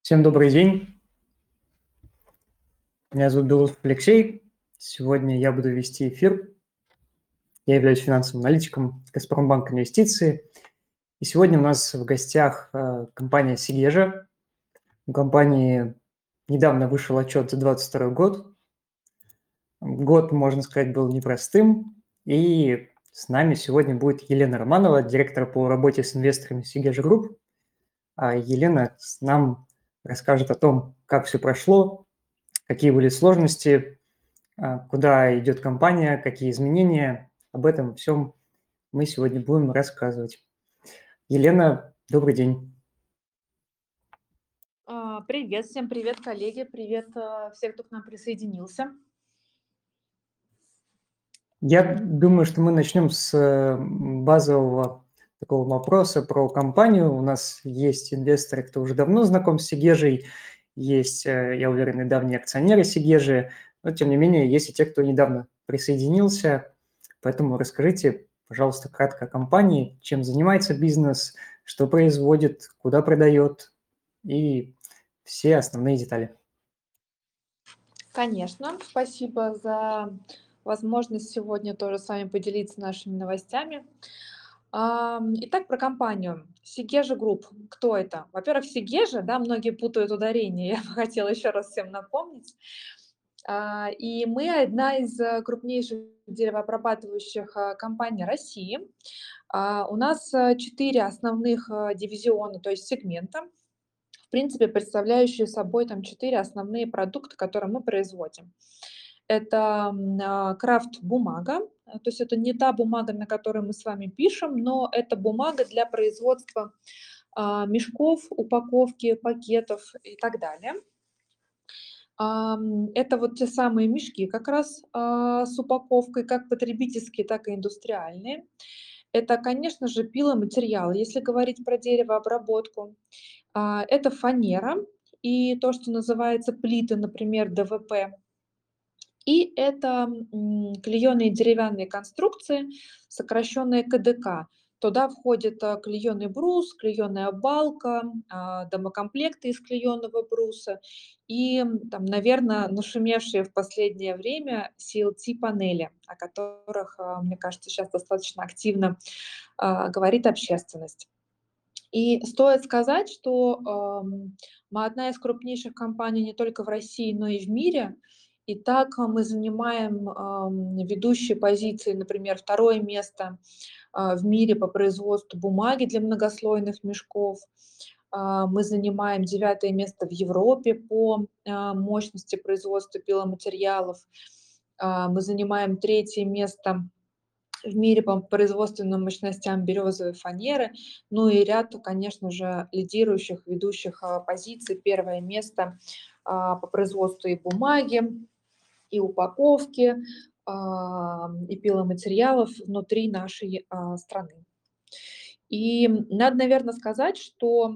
Всем добрый день. Меня зовут Белов Алексей. Сегодня я буду вести эфир. Я являюсь финансовым аналитиком Газпромбанк Инвестиции. И сегодня у нас в гостях компания Сигежа. У компании недавно вышел отчет за 2022 год. Год, можно сказать, был непростым. И с нами сегодня будет Елена Романова, директор по работе с инвесторами Сигежа Групп. А Елена нам расскажет о том, как все прошло, какие были сложности, куда идет компания, какие изменения. Об этом всем мы сегодня будем рассказывать. Елена, добрый день. Привет, всем привет, коллеги, привет всем, кто к нам присоединился. Я думаю, что мы начнем с базового такого вопроса про компанию. У нас есть инвесторы, кто уже давно знаком с Сигежей, есть, я уверен, и давние акционеры Сигежи, но тем не менее есть и те, кто недавно присоединился. Поэтому расскажите, пожалуйста, кратко о компании, чем занимается бизнес, что производит, куда продает и все основные детали. Конечно, спасибо за возможность сегодня тоже с вами поделиться нашими новостями. Итак, про компанию. Сигежа Групп. Кто это? Во-первых, Сигежа, да, многие путают ударение, я бы хотела еще раз всем напомнить. И мы одна из крупнейших деревообрабатывающих компаний России. У нас 4 основных дивизиона, то есть сегмента, в принципе, представляющие собой там 4 основные продукта, которые мы производим. Это крафт-бумага, то есть это не та бумага, на которой мы с вами пишем, но это бумага для производства мешков, упаковки, пакетов и так далее. Это вот те самые мешки как раз с упаковкой, как потребительские, так и индустриальные. Это, конечно же, пиломатериалы, если говорить про деревообработку. Это фанера и то, что называется плиты, например, ДВП. И это клееные деревянные конструкции, сокращенные КДК. Туда входит клееный брус, клееная балка, домокомплекты из клееного бруса и, там, наверное, нашумевшие в последнее время CLT-панели, о которых, мне кажется, сейчас достаточно активно говорит общественность. И стоит сказать, что мы одна из крупнейших компаний не только в России, но и в мире. И так мы занимаем ведущие позиции, например, 2 место в мире по производству бумаги для многослойных мешков. Мы занимаем 9 место в Европе по мощности производства пиломатериалов. Мы занимаем 3 место в мире по производственным мощностям березовой фанеры, ну и ряд, конечно же, лидирующих, ведущих позиций. 1 место по производству и бумаги, и упаковки, и пиломатериалов внутри нашей страны. И надо, наверное, сказать, что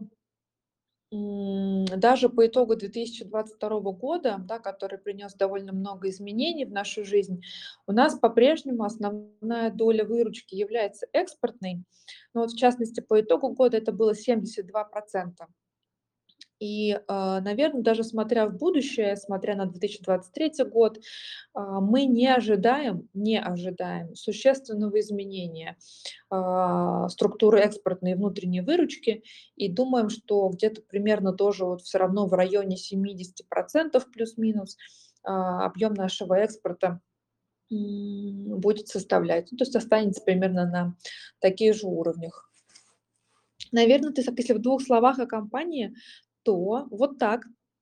даже по итогу 2022 года, да, который принес довольно много изменений в нашу жизнь, у нас по-прежнему основная доля выручки является экспортной. Но вот в частности по итогу года это было 72%. И, наверное, даже смотря в будущее, смотря на 2023 год, мы не ожидаем существенного изменения структуры экспортной и внутренней выручки и думаем, что где-то примерно тоже вот все равно в районе 70% плюс-минус объем нашего экспорта будет составлять. Ну, то есть останется примерно на таких же уровнях. Наверное, ты, если в 2 словах о компании, то вот так.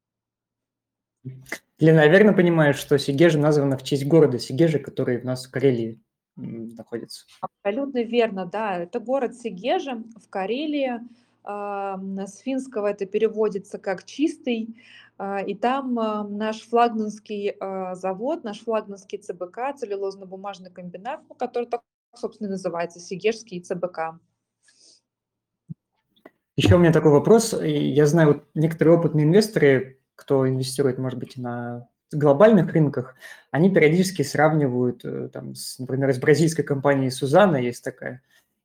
Елена, я верно понимаю, что Сигежа названа в честь города Сигежа, который у нас в Карелии находится? Абсолютно верно, да. Это город Сегежа в Карелии. С финского это переводится как «чистый». И там наш флагманский завод, наш флагманский ЦБК, целлюлозно-бумажный комбинат, ну, который так, собственно, и называется, Сегежский ЦБК. Еще у меня такой вопрос. Я знаю, вот некоторые опытные инвесторы, кто инвестирует, может быть, на глобальных рынках, они периодически сравнивают, там, например, с бразильской компанией Сузана есть такая.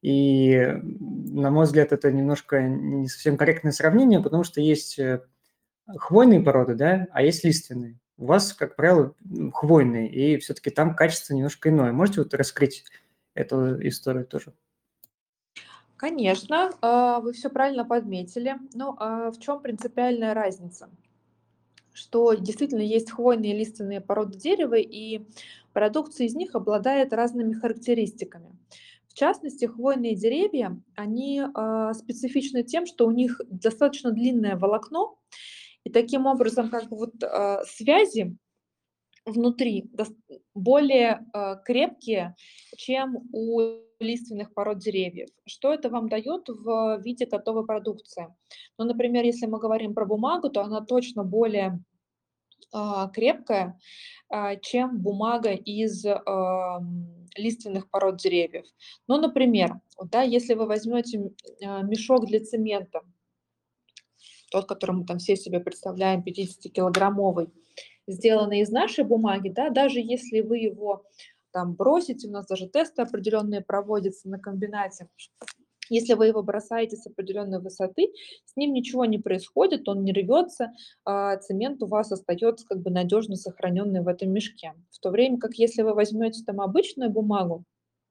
И, на мой взгляд, это немножко не совсем корректное сравнение, потому что есть хвойные породы, да, а есть лиственные. У вас, как правило, хвойные, и все-таки там качество немножко иное. Можете вот раскрыть эту историю тоже? Конечно, вы все правильно подметили. Но в чем принципиальная разница? Что действительно есть хвойные и лиственные породы дерева, и продукция из них обладает разными характеристиками. В частности, хвойные деревья, они специфичны тем, что у них достаточно длинное волокно, и таким образом как бы вот связи внутри более крепкие, чем у лиственных пород деревьев. Что это вам дает в виде готовой продукции? Ну, например, если мы говорим про бумагу, то она точно более крепкая, чем бумага из лиственных пород деревьев. Ну, например, вот, да, если вы возьмете мешок для цемента, тот, который мы там все себе представляем, 50-килограммовый, сделанный из нашей бумаги, да, даже если вы его там бросите, у нас даже тесты определенные проводятся на комбинате, если вы его бросаете с определенной высоты, с ним ничего не происходит, он не рвется, а цемент у вас остается как бы надежно сохраненный в этом мешке. В то время как если вы возьмете там обычную бумагу,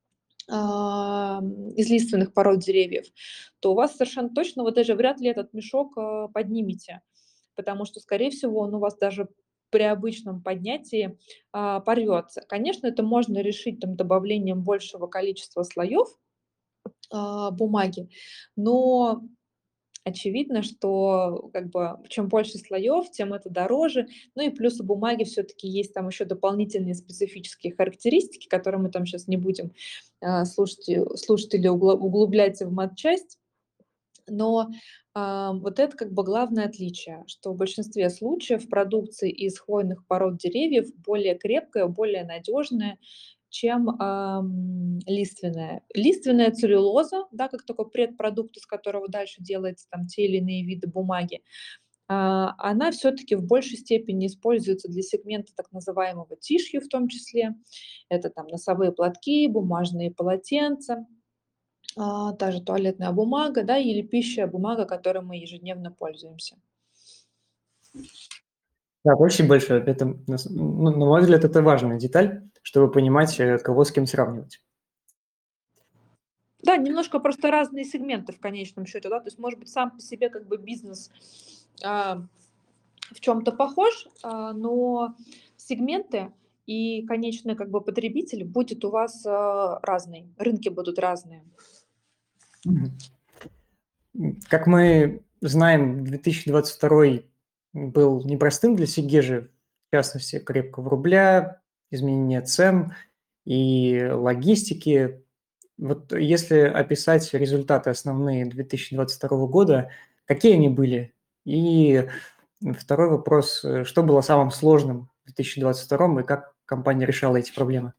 из лиственных пород деревьев, то у вас совершенно точно вы даже вряд ли этот мешок поднимете, потому что, скорее всего, он у вас даже при обычном поднятии порвется. Конечно, это можно решить там добавлением большего количества слоев бумаги, но очевидно, что как бы чем больше слоев, тем это дороже. Ну и плюс у бумаги все-таки есть там еще дополнительные специфические характеристики, которые мы там сейчас не будем слушать или углубляться в матчасть. Но вот это как бы главное отличие, что в большинстве случаев продукция из хвойных пород деревьев более крепкая, более надежная, чем лиственная. Лиственная целлюлоза, да, как такой предпродукт, из которого дальше делаются там те или иные виды бумаги, она все-таки в большей степени используется для сегмента так называемого тишью в том числе. Это там носовые платки, бумажные полотенца, та же туалетная бумага, да, или пищевая бумага, которой мы ежедневно пользуемся. Да, очень большое. Это, на мой взгляд, это важная деталь, чтобы понимать, кого с кем сравнивать. Да, немножко просто разные сегменты в конечном счете, да, то есть, может быть, сам по себе как бы бизнес а, в чем-то похож, но сегменты и конечный как бы потребитель будет у вас разный, рынки будут разные. Мгм. Как мы знаем, 2022 был непростым для Сигежи, в частности, крепкого рубля, изменение цен и логистики. Вот если описать результаты основные 2022 года, какие они были? И второй вопрос, что было самым сложным в 2022 и как компания решала эти проблемы?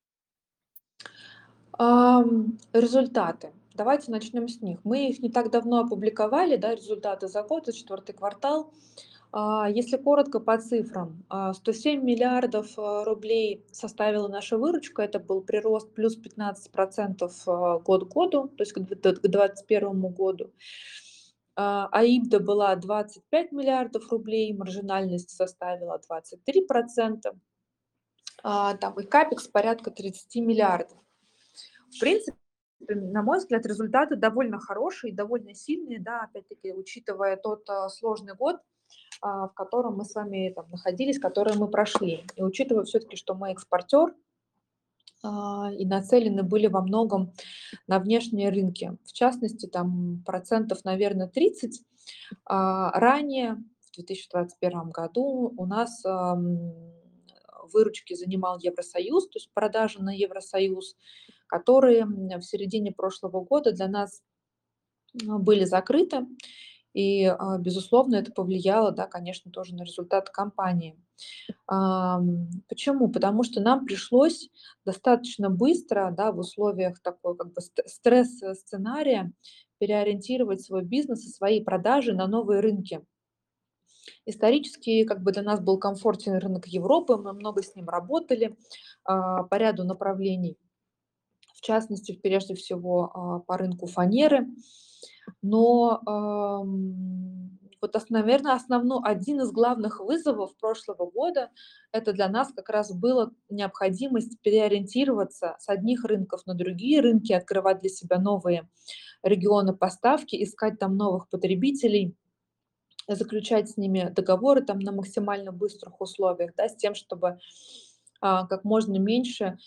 Результаты. Давайте начнем с них. Мы их не так давно опубликовали, да, результаты за год, за четвертый квартал. Если коротко по цифрам, 107 миллиардов рублей составила наша выручка, это был прирост плюс 15% год к году, то есть к 2021 году. АИБДА была 25 миллиардов рублей, маржинальность составила 23%, там и капекс порядка 30 миллиардов. В принципе, на мой взгляд, результаты довольно хорошие, довольно сильные, да, опять-таки, учитывая тот сложный год, в котором мы с вами там находились, который мы прошли. И учитывая все-таки, что мы экспортер, и нацелены были во многом на внешние рынки. В частности, там процентов, наверное, 30. Ранее, в 2021 году, у нас выручки занимал Евросоюз, то есть продажи на Евросоюз, которые в середине прошлого года для нас были закрыты. И, безусловно, это повлияло, да, конечно, тоже на результат компании. Почему? Потому что нам пришлось достаточно быстро, да, в условиях такой как бы стресс-сценария переориентировать свой бизнес и свои продажи на новые рынки. Исторически как бы для нас был комфортен рынок Европы, мы много с ним работали по ряду направлений, в частности, прежде всего по рынку фанеры. Но вот вот, наверное, один из главных вызовов прошлого года — это для нас как раз была необходимость переориентироваться с одних рынков на другие рынки, открывать для себя новые регионы поставки, искать там новых потребителей, заключать с ними договоры там на максимально быстрых условиях, да, с тем, чтобы как можно меньше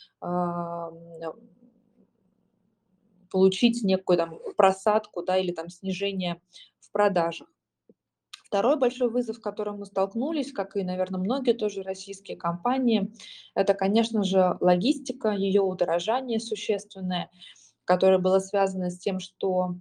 получить некую там просадку, да, или там снижение в продажах. Второй большой вызов, с которым мы столкнулись, как и, наверное, многие тоже российские компании, это, конечно же, логистика, ее удорожание существенное, которое было связано с тем, что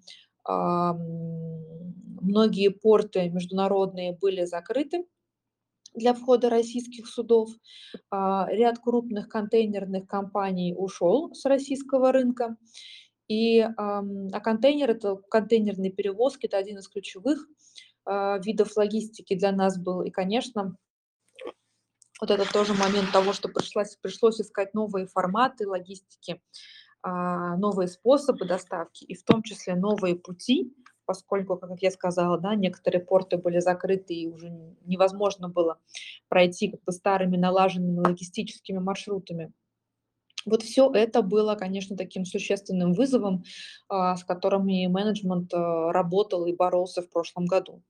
многие порты международные были закрыты для входа российских судов. Ряд крупных контейнерных компаний ушел с российского рынка. Контейнер — это контейнерные перевозки, это один из ключевых видов логистики для нас был. И, конечно, вот это тоже момент того, что пришлось искать новые форматы логистики, новые способы доставки, и в том числе новые пути, поскольку, как я сказала, да, некоторые порты были закрыты, и уже невозможно было пройти как бы старыми налаженными логистическими маршрутами. Вот все это было, конечно, таким существенным вызовом, с которым и менеджмент работал и боролся в прошлом году.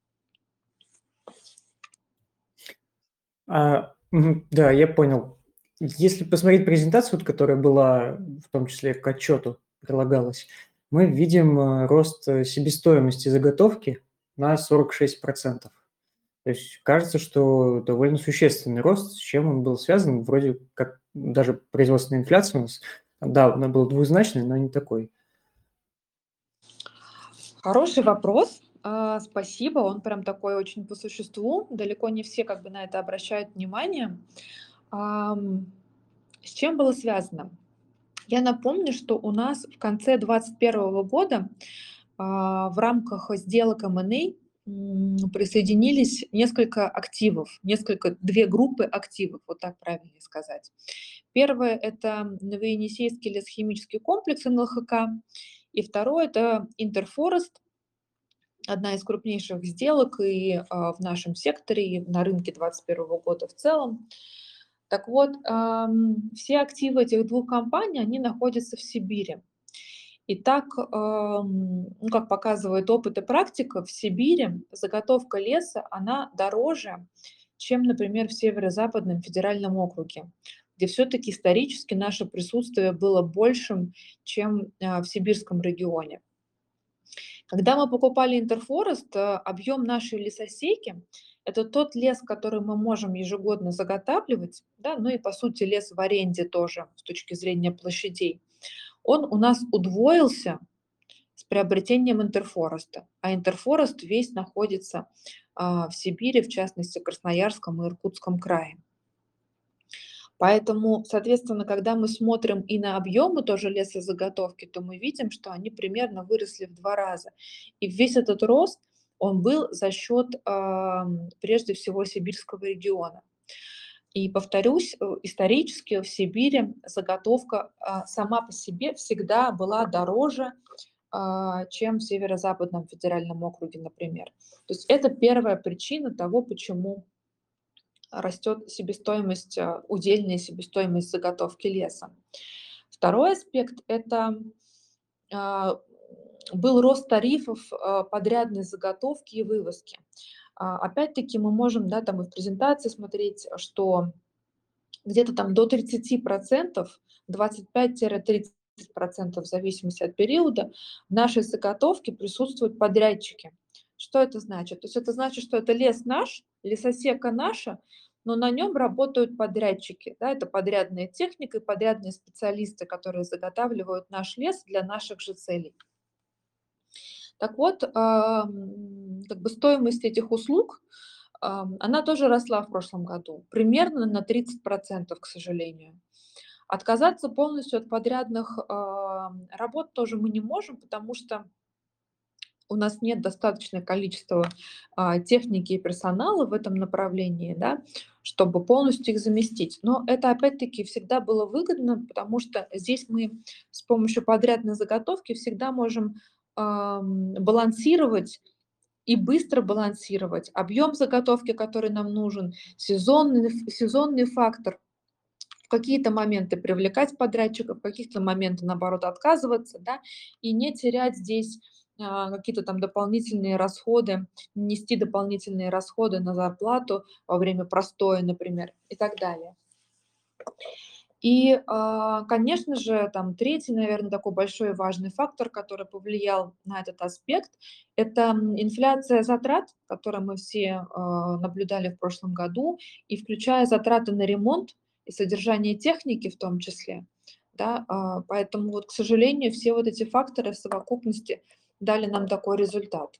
Да, я понял. Если посмотреть презентацию, вот, которая была, в том числе к отчету прилагалась, мы видим рост себестоимости заготовки на 46%. То есть кажется, что довольно существенный рост, с чем он был связан, вроде как даже производственная инфляция у нас, да, она была двузначной, но не такой. Хороший вопрос. Спасибо. Он прям такой очень по существу. Далеко не все как бы на это обращают внимание. С чем было связано? Я напомню, что у нас в конце 2021 года в рамках сделок M&A присоединились несколько активов, две группы активов, вот так правильнее сказать. Первое — это Новоенисейский лесохимический комплекс НЛХК, и второе — это Интерфорест, одна из крупнейших сделок и в нашем секторе, и на рынке 2021 года в целом. Так вот, все активы этих двух компаний, они находятся в Сибири. И так, ну, как показывает опыт и практика, в Сибири заготовка леса, она дороже, чем, например, в Северо-Западном федеральном округе, где все-таки исторически наше присутствие было большим, чем в сибирском регионе. Когда мы покупали Интерфорест, объем нашей лесосеки — это тот лес, который мы можем ежегодно заготавливать, да, ну и по сути лес в аренде тоже с точки зрения площадей. Он у нас удвоился с приобретением Интерфореста, а Интерфорест весь находится в Сибири, в частности, Красноярском и Иркутском крае. Поэтому, соответственно, когда мы смотрим и на объемы тоже лесозаготовки, то мы видим, что они примерно выросли в 2 раза. И весь этот рост, он был за счет, прежде всего, сибирского региона. И повторюсь, исторически в Сибири заготовка сама по себе всегда была дороже, чем в Северо-Западном федеральном округе, например. То есть это первая причина того, почему растет себестоимость, удельная себестоимость заготовки леса. Второй аспект — это был рост тарифов подрядной заготовки и вывозки. Опять-таки мы можем, да, там и в презентации смотреть, что где-то там до 30%, 25-30% в зависимости от периода, в нашей заготовке присутствуют подрядчики. Что это значит? То есть это значит, что это лес наш, лесосека наша, но на нем работают подрядчики. Да, это подрядная техника и подрядные специалисты, которые заготавливают наш лес для наших же целей. Так вот, как бы стоимость этих услуг, она тоже росла в прошлом году, примерно на 30%, к сожалению. Отказаться полностью от подрядных работ тоже мы не можем, потому что у нас нет достаточного количества техники и персонала в этом направлении, да, чтобы полностью их заместить. Но это опять-таки всегда было выгодно, потому что здесь мы с помощью подрядной заготовки всегда можем балансировать и быстро балансировать объем заготовки, который нам нужен, сезонный фактор, в какие-то моменты привлекать подрядчиков, в каких-то моменты, наоборот, отказываться, да, и не терять здесь какие-то там дополнительные расходы, нести дополнительные расходы на зарплату во время простоя, например, и так далее. И, конечно же, там третий, наверное, такой большой и важный фактор, который повлиял на этот аспект — это, инфляция затрат, которую мы все, наблюдали в прошлом году, и включая затраты на ремонт и содержание техники в том числе. Да, поэтому вот, к сожалению, все вот эти факторы в совокупности дали нам такой результат.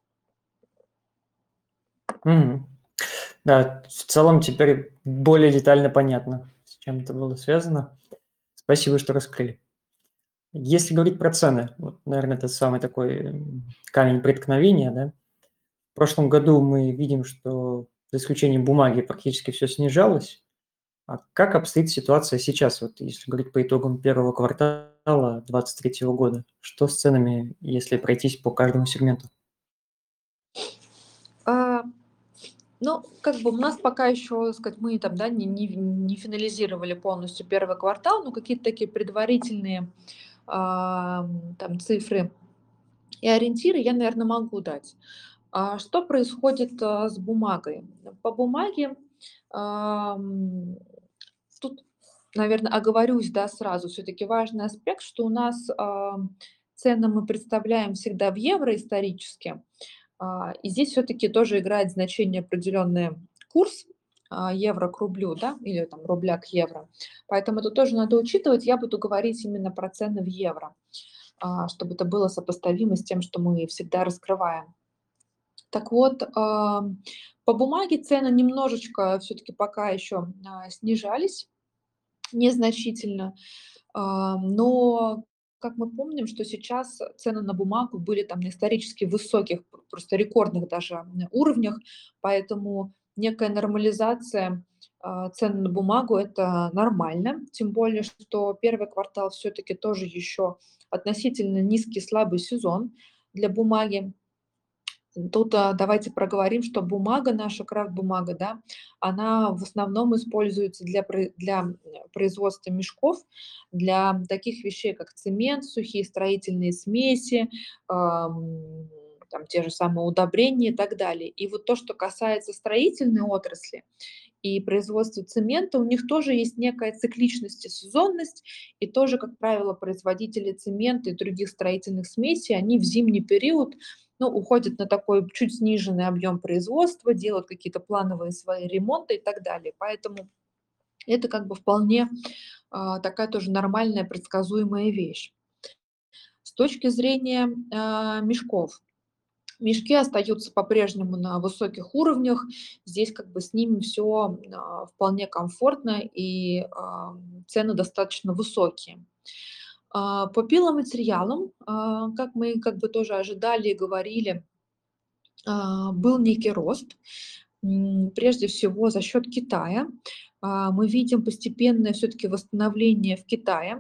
Мгм. Да, в целом теперь более детально понятно, с чем это было связано. Спасибо, что раскрыли. Если говорить про цены, вот, наверное, это самый такой камень преткновения, да. В прошлом году мы видим, что за исключением бумаги практически все снижалось. А как обстоит ситуация сейчас, вот если говорить по итогам первого квартала 2023 года? Что с ценами, если пройтись по каждому сегменту? А, ну, как бы у нас пока еще, сказать, мы там, да, не финализировали полностью первый квартал, но какие-то такие предварительные там цифры и ориентиры я, наверное, могу дать. Что происходит с бумагой? По бумаге ам, тут, наверное, оговорюсь, да, сразу. Все-таки важный аспект, что у нас цены мы представляем всегда в евро исторически. И здесь все-таки тоже играет значение определенный курс евро к рублю, да, или там рубля к евро. Поэтому это тоже надо учитывать. Я буду говорить именно про цены в евро, чтобы это было сопоставимо с тем, что мы всегда раскрываем. Так вот, по бумаге цены немножечко все-таки пока еще снижались, незначительно. Но как мы помним, что сейчас цены на бумагу были там на исторически высоких, просто рекордных даже уровнях, поэтому некая нормализация цен на бумагу — это нормально. Тем более, что первый квартал все-таки тоже еще относительно низкий, слабый сезон для бумаги. Тут, давайте проговорим, что бумага наша, крафт-бумага, да, она в основном используется для производства мешков, для таких вещей, как цемент, сухие строительные смеси, там те же самые удобрения и так далее. И вот то, что касается строительной отрасли и производства цемента, у них тоже есть некая цикличность и сезонность, и тоже, как правило, производители цемента и других строительных смесей, они в зимний период, ну, уходят на такой чуть сниженный объем производства, делают какие-то плановые свои ремонты и так далее. Поэтому это как бы вполне такая тоже нормальная, предсказуемая вещь. С точки зрения мешков. Мешки остаются по-прежнему на высоких уровнях. Здесь как бы с ними все вполне комфортно, и цены достаточно высокие. По пиломатериалам, как мы как бы тоже ожидали и говорили, был некий рост, прежде всего за счет Китая. Мы видим постепенное все-таки восстановление в Китае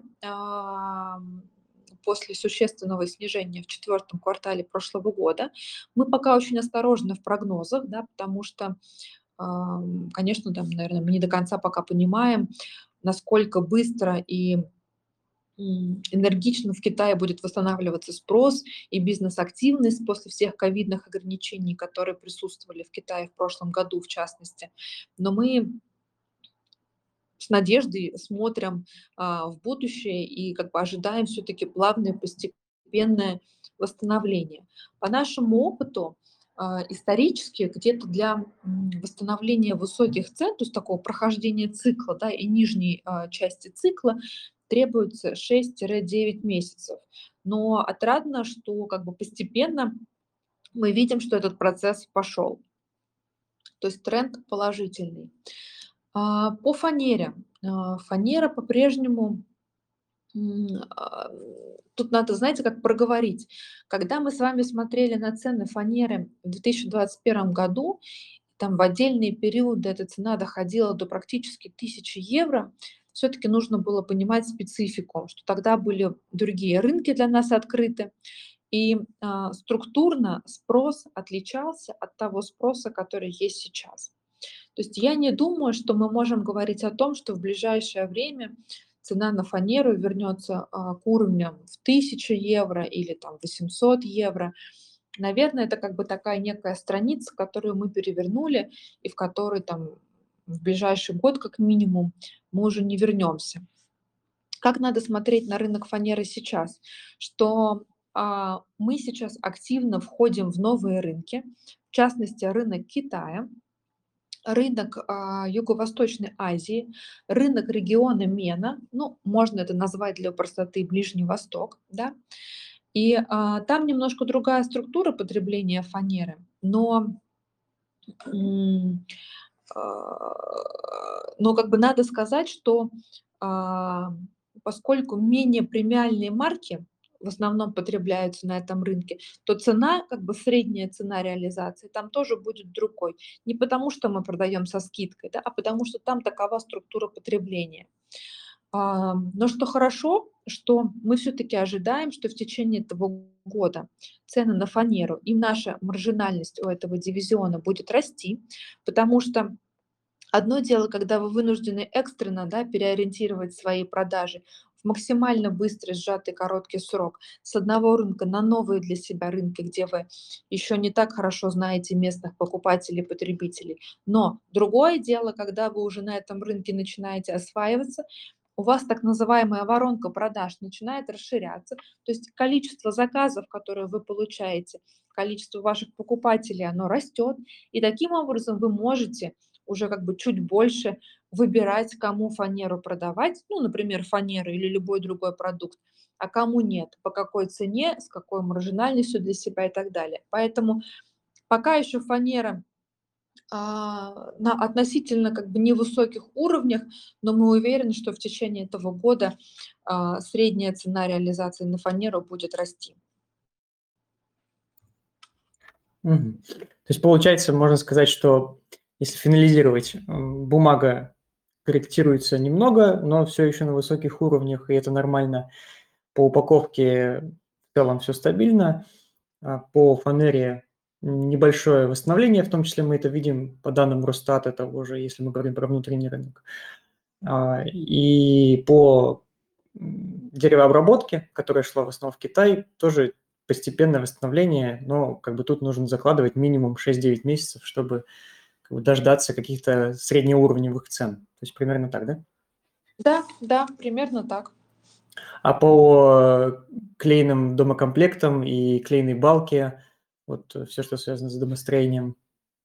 после существенного снижения в четвертом квартале прошлого года. Мы пока очень осторожны в прогнозах, да, потому что, конечно, там, наверное, мы не до конца пока понимаем, насколько быстро и энергично в Китае будет восстанавливаться спрос и бизнес-активность после всех ковидных ограничений, которые присутствовали в Китае в прошлом году, в частности. Но мы с надеждой смотрим в будущее и как бы ожидаем все-таки плавное постепенное восстановление. По нашему опыту, исторически где-то для восстановления высоких цен, то есть такого прохождения цикла, да, и нижней части цикла, требуется 6-9 месяцев. Но отрадно, что как бы постепенно мы видим, что этот процесс пошел. То есть тренд положительный. По фанере. Фанера по-прежнему, м, а, тут надо, знаете, как проговорить. Когда мы с вами смотрели на цены фанеры в 2021 году, там в отдельные периоды эта цена доходила до практически 1000 евро, все-таки нужно было понимать специфику, что тогда были другие рынки для нас открыты, И структурно спрос отличался от того спроса, который есть сейчас. То есть я не думаю, что мы можем говорить о том, что в ближайшее время цена на фанеру вернется к уровням в 1000 евро или там 800 евро. Наверное, это как бы такая некая страница, которую мы перевернули и в которой там в ближайший год как минимум мы уже не вернемся. Как надо смотреть на рынок фанеры сейчас? Что мы сейчас активно входим в новые рынки, в частности рынок Китая, рынок Юго-Восточной Азии, рынок региона Мена, ну, можно это назвать для простоты Ближний Восток, да, и там немножко другая структура потребления фанеры, но м, но как бы надо сказать, что а, поскольку менее премиальные марки в основном потребляются на этом рынке, то цена, как бы средняя цена реализации там тоже будет другой. Не потому, что мы продаем со скидкой, да, а потому что там такова структура потребления. Но что хорошо, что мы все-таки ожидаем, что в течение этого года цены на фанеру и наша маржинальность у этого дивизиона будет расти, потому что одно дело, когда вы вынуждены экстренно, да, переориентировать свои продажи в максимально быстрый, сжатый, короткий срок с одного рынка на новые для себя рынки, где вы еще не так хорошо знаете местных покупателей, потребителей. Но другое дело, когда вы уже на этом рынке начинаете осваиваться, у вас так называемая воронка продаж начинает расширяться, то есть количество заказов, которые вы получаете, количество ваших покупателей, оно растет, и таким образом вы можете уже как бы чуть больше выбирать, кому фанеру продавать, ну, например, фанеру или любой другой продукт, а кому нет, по какой цене, с какой маржинальностью для себя и так далее. Поэтому пока еще фанера на относительно как бы невысоких уровнях, но мы уверены, что в течение этого года средняя цена реализации на фанеру будет расти. Мгм. То есть, получается, можно сказать, что если финализировать, бумага корректируется немного, но все еще на высоких уровнях, и это нормально. По упаковке в целом все стабильно. По фанере небольшое восстановление, в том числе мы это видим по данным Росстата того же, если мы говорим про внутренний рынок. И по деревообработке, которая шла в основном в Китай, тоже постепенное восстановление, но как бы тут нужно закладывать минимум 6-9 месяцев, чтобы как бы дождаться каких-то среднеуровневых цен. То есть примерно так, да? Да, да, примерно так. А по клееным домокомплектам и клееной балке, вот все, что связано с домостроением.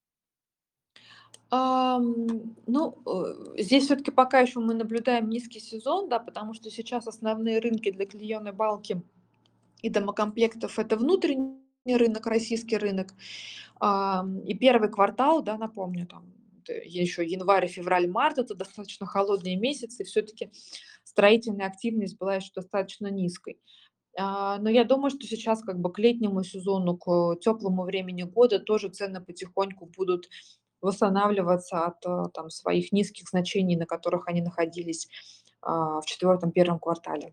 Ну, здесь все-таки пока еще мы наблюдаем низкий сезон, да, потому что сейчас основные рынки для клееной балки и домокомплектов это внутренний рынок, российский рынок. И первый квартал, да, напомню, там еще январь, февраль, март, это достаточно холодные месяцы, все-таки строительная активность была еще достаточно низкой. Но я думаю, что сейчас как бы к летнему сезону, к теплому времени года тоже цены потихоньку будут восстанавливаться от там, своих низких значений, на которых они находились в четвертом-первом квартале.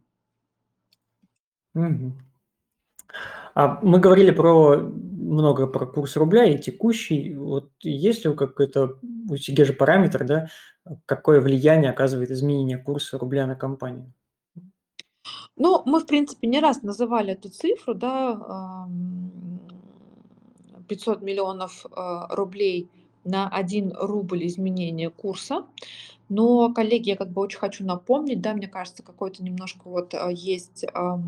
Мгм. Мы говорили много про курс рубля и текущий. Вот есть ли какой-то у Сиге же параметр, да, какое влияние оказывает изменение курса рубля на компанию? Ну, мы, в принципе, не раз называли эту цифру, да, 500 миллионов рублей на 1 рубль изменения курса. Но, коллеги, я как бы очень хочу напомнить, да, мне кажется, какой-то немножко вот есть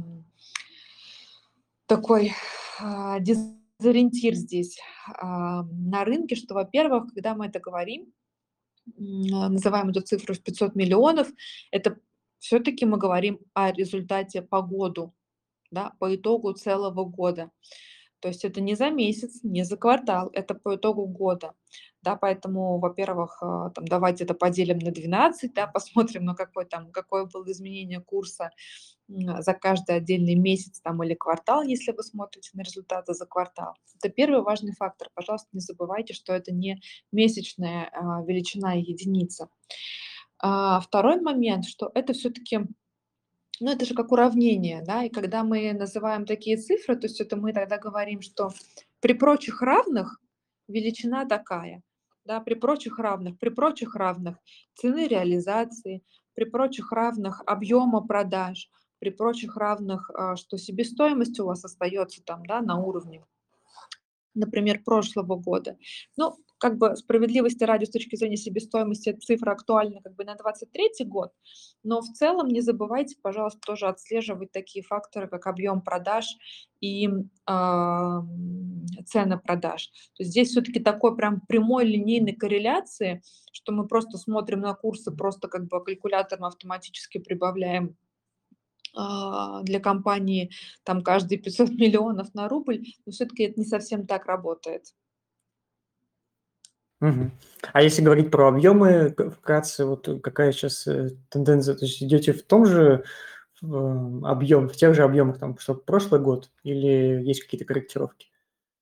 такой дезориентир здесь на рынке, что, во-первых, когда мы это говорим, называем эту цифру в 500 миллионов, это все-таки мы говорим о результате по году, да, по итогу целого года. То есть это не за месяц, не за квартал, это по итогу года. Да, поэтому, во-первых, там, давайте это поделим на 12, да, посмотрим, на какое было изменение курса за каждый отдельный месяц там, или квартал, если вы смотрите на результаты за квартал. Это первый важный фактор. Пожалуйста, не забывайте, что это не месячная величина и единица. Второй момент, что это все-таки Ну, это же как уравнение, да, и когда мы называем такие цифры, то есть это мы тогда говорим, что при прочих равных величина такая, да, при прочих равных цены реализации, при прочих равных объема продаж, при прочих равных, что себестоимость у вас остается там, да, на уровне, например, прошлого года. Ну, как бы справедливости ради, с точки зрения себестоимости, эта цифра актуальна как бы на 23 год, но в целом не забывайте, пожалуйста, тоже отслеживать такие факторы, как объем продаж и цены продаж. То есть здесь все-таки такой прям прямой линейной корреляции, что мы просто смотрим на курсы, просто как бы калькулятором автоматически прибавляем для компании там каждые 500 миллионов на рубль, но все-таки это не совсем так работает. Мгм. А если говорить про объемы, вкратце, вот какая сейчас тенденция? То есть идете в том же в тех же объемах, там, что прошлый год, или есть какие-то корректировки?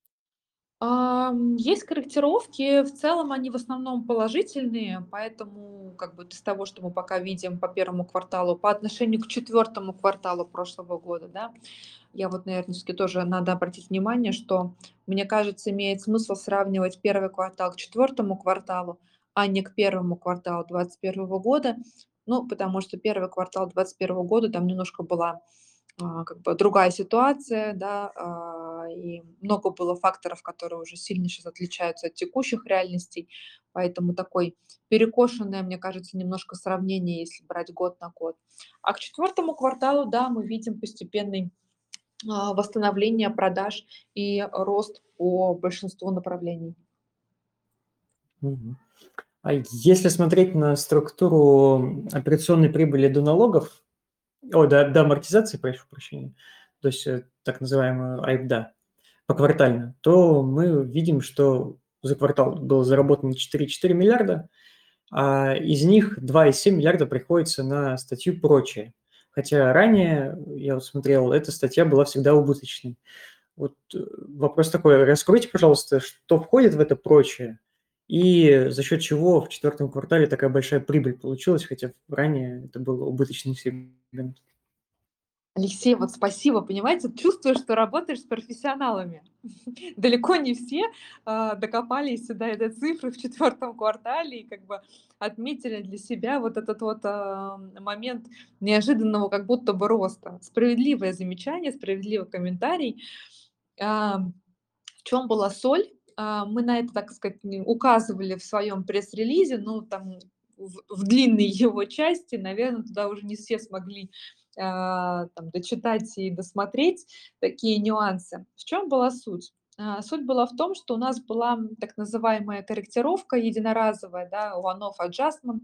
Есть корректировки, в целом они в основном положительные, поэтому как бы из того, что мы пока видим по первому кварталу, по отношению к четвертому кварталу прошлого года, да, я вот, наверное, все-таки тоже надо обратить внимание, что, мне кажется, имеет смысл сравнивать первый квартал к четвертому кварталу, а не к первому кварталу 2021 года, ну, потому что первый квартал 2021 года там немножко была как бы другая ситуация, да, и много было факторов, которые уже сильно сейчас отличаются от текущих реальностей, поэтому такой перекошенное, мне кажется, немножко сравнение, если брать год на год. А к четвертому кварталу, да, мы видим постепенный восстановление продаж и рост по большинству направлений. Мгм. А если смотреть на структуру операционной прибыли до налогов, до амортизации, прошу прощения, то есть так называемую АИБДА, поквартально, то мы видим, что за квартал было заработано 4,4 миллиарда, а из них 2,7 миллиарда приходится на статью «Прочее». Хотя ранее, я вот смотрел, эта статья была всегда убыточной. Вот вопрос такой, раскройте, пожалуйста, что входит в это «Прочее» и за счет чего в четвертом квартале такая большая прибыль получилась, хотя ранее это был убыточный сегмент. Алексей, вот спасибо, понимаете, чувствую, что работаешь с профессионалами. Далеко не все докопались до этой цифры в четвертом квартале и как бы отметили для себя вот этот вот момент неожиданного как будто бы роста. Справедливое замечание, справедливый комментарий. А, В чем была соль? Мы на это, так сказать, указывали в своем пресс-релизе, ну, там, в длинной его части, наверное, туда уже не все смогли там, дочитать и досмотреть такие нюансы. В чем была суть? Суть была в том, что у нас была так называемая корректировка единоразовая, да, one-off adjustment,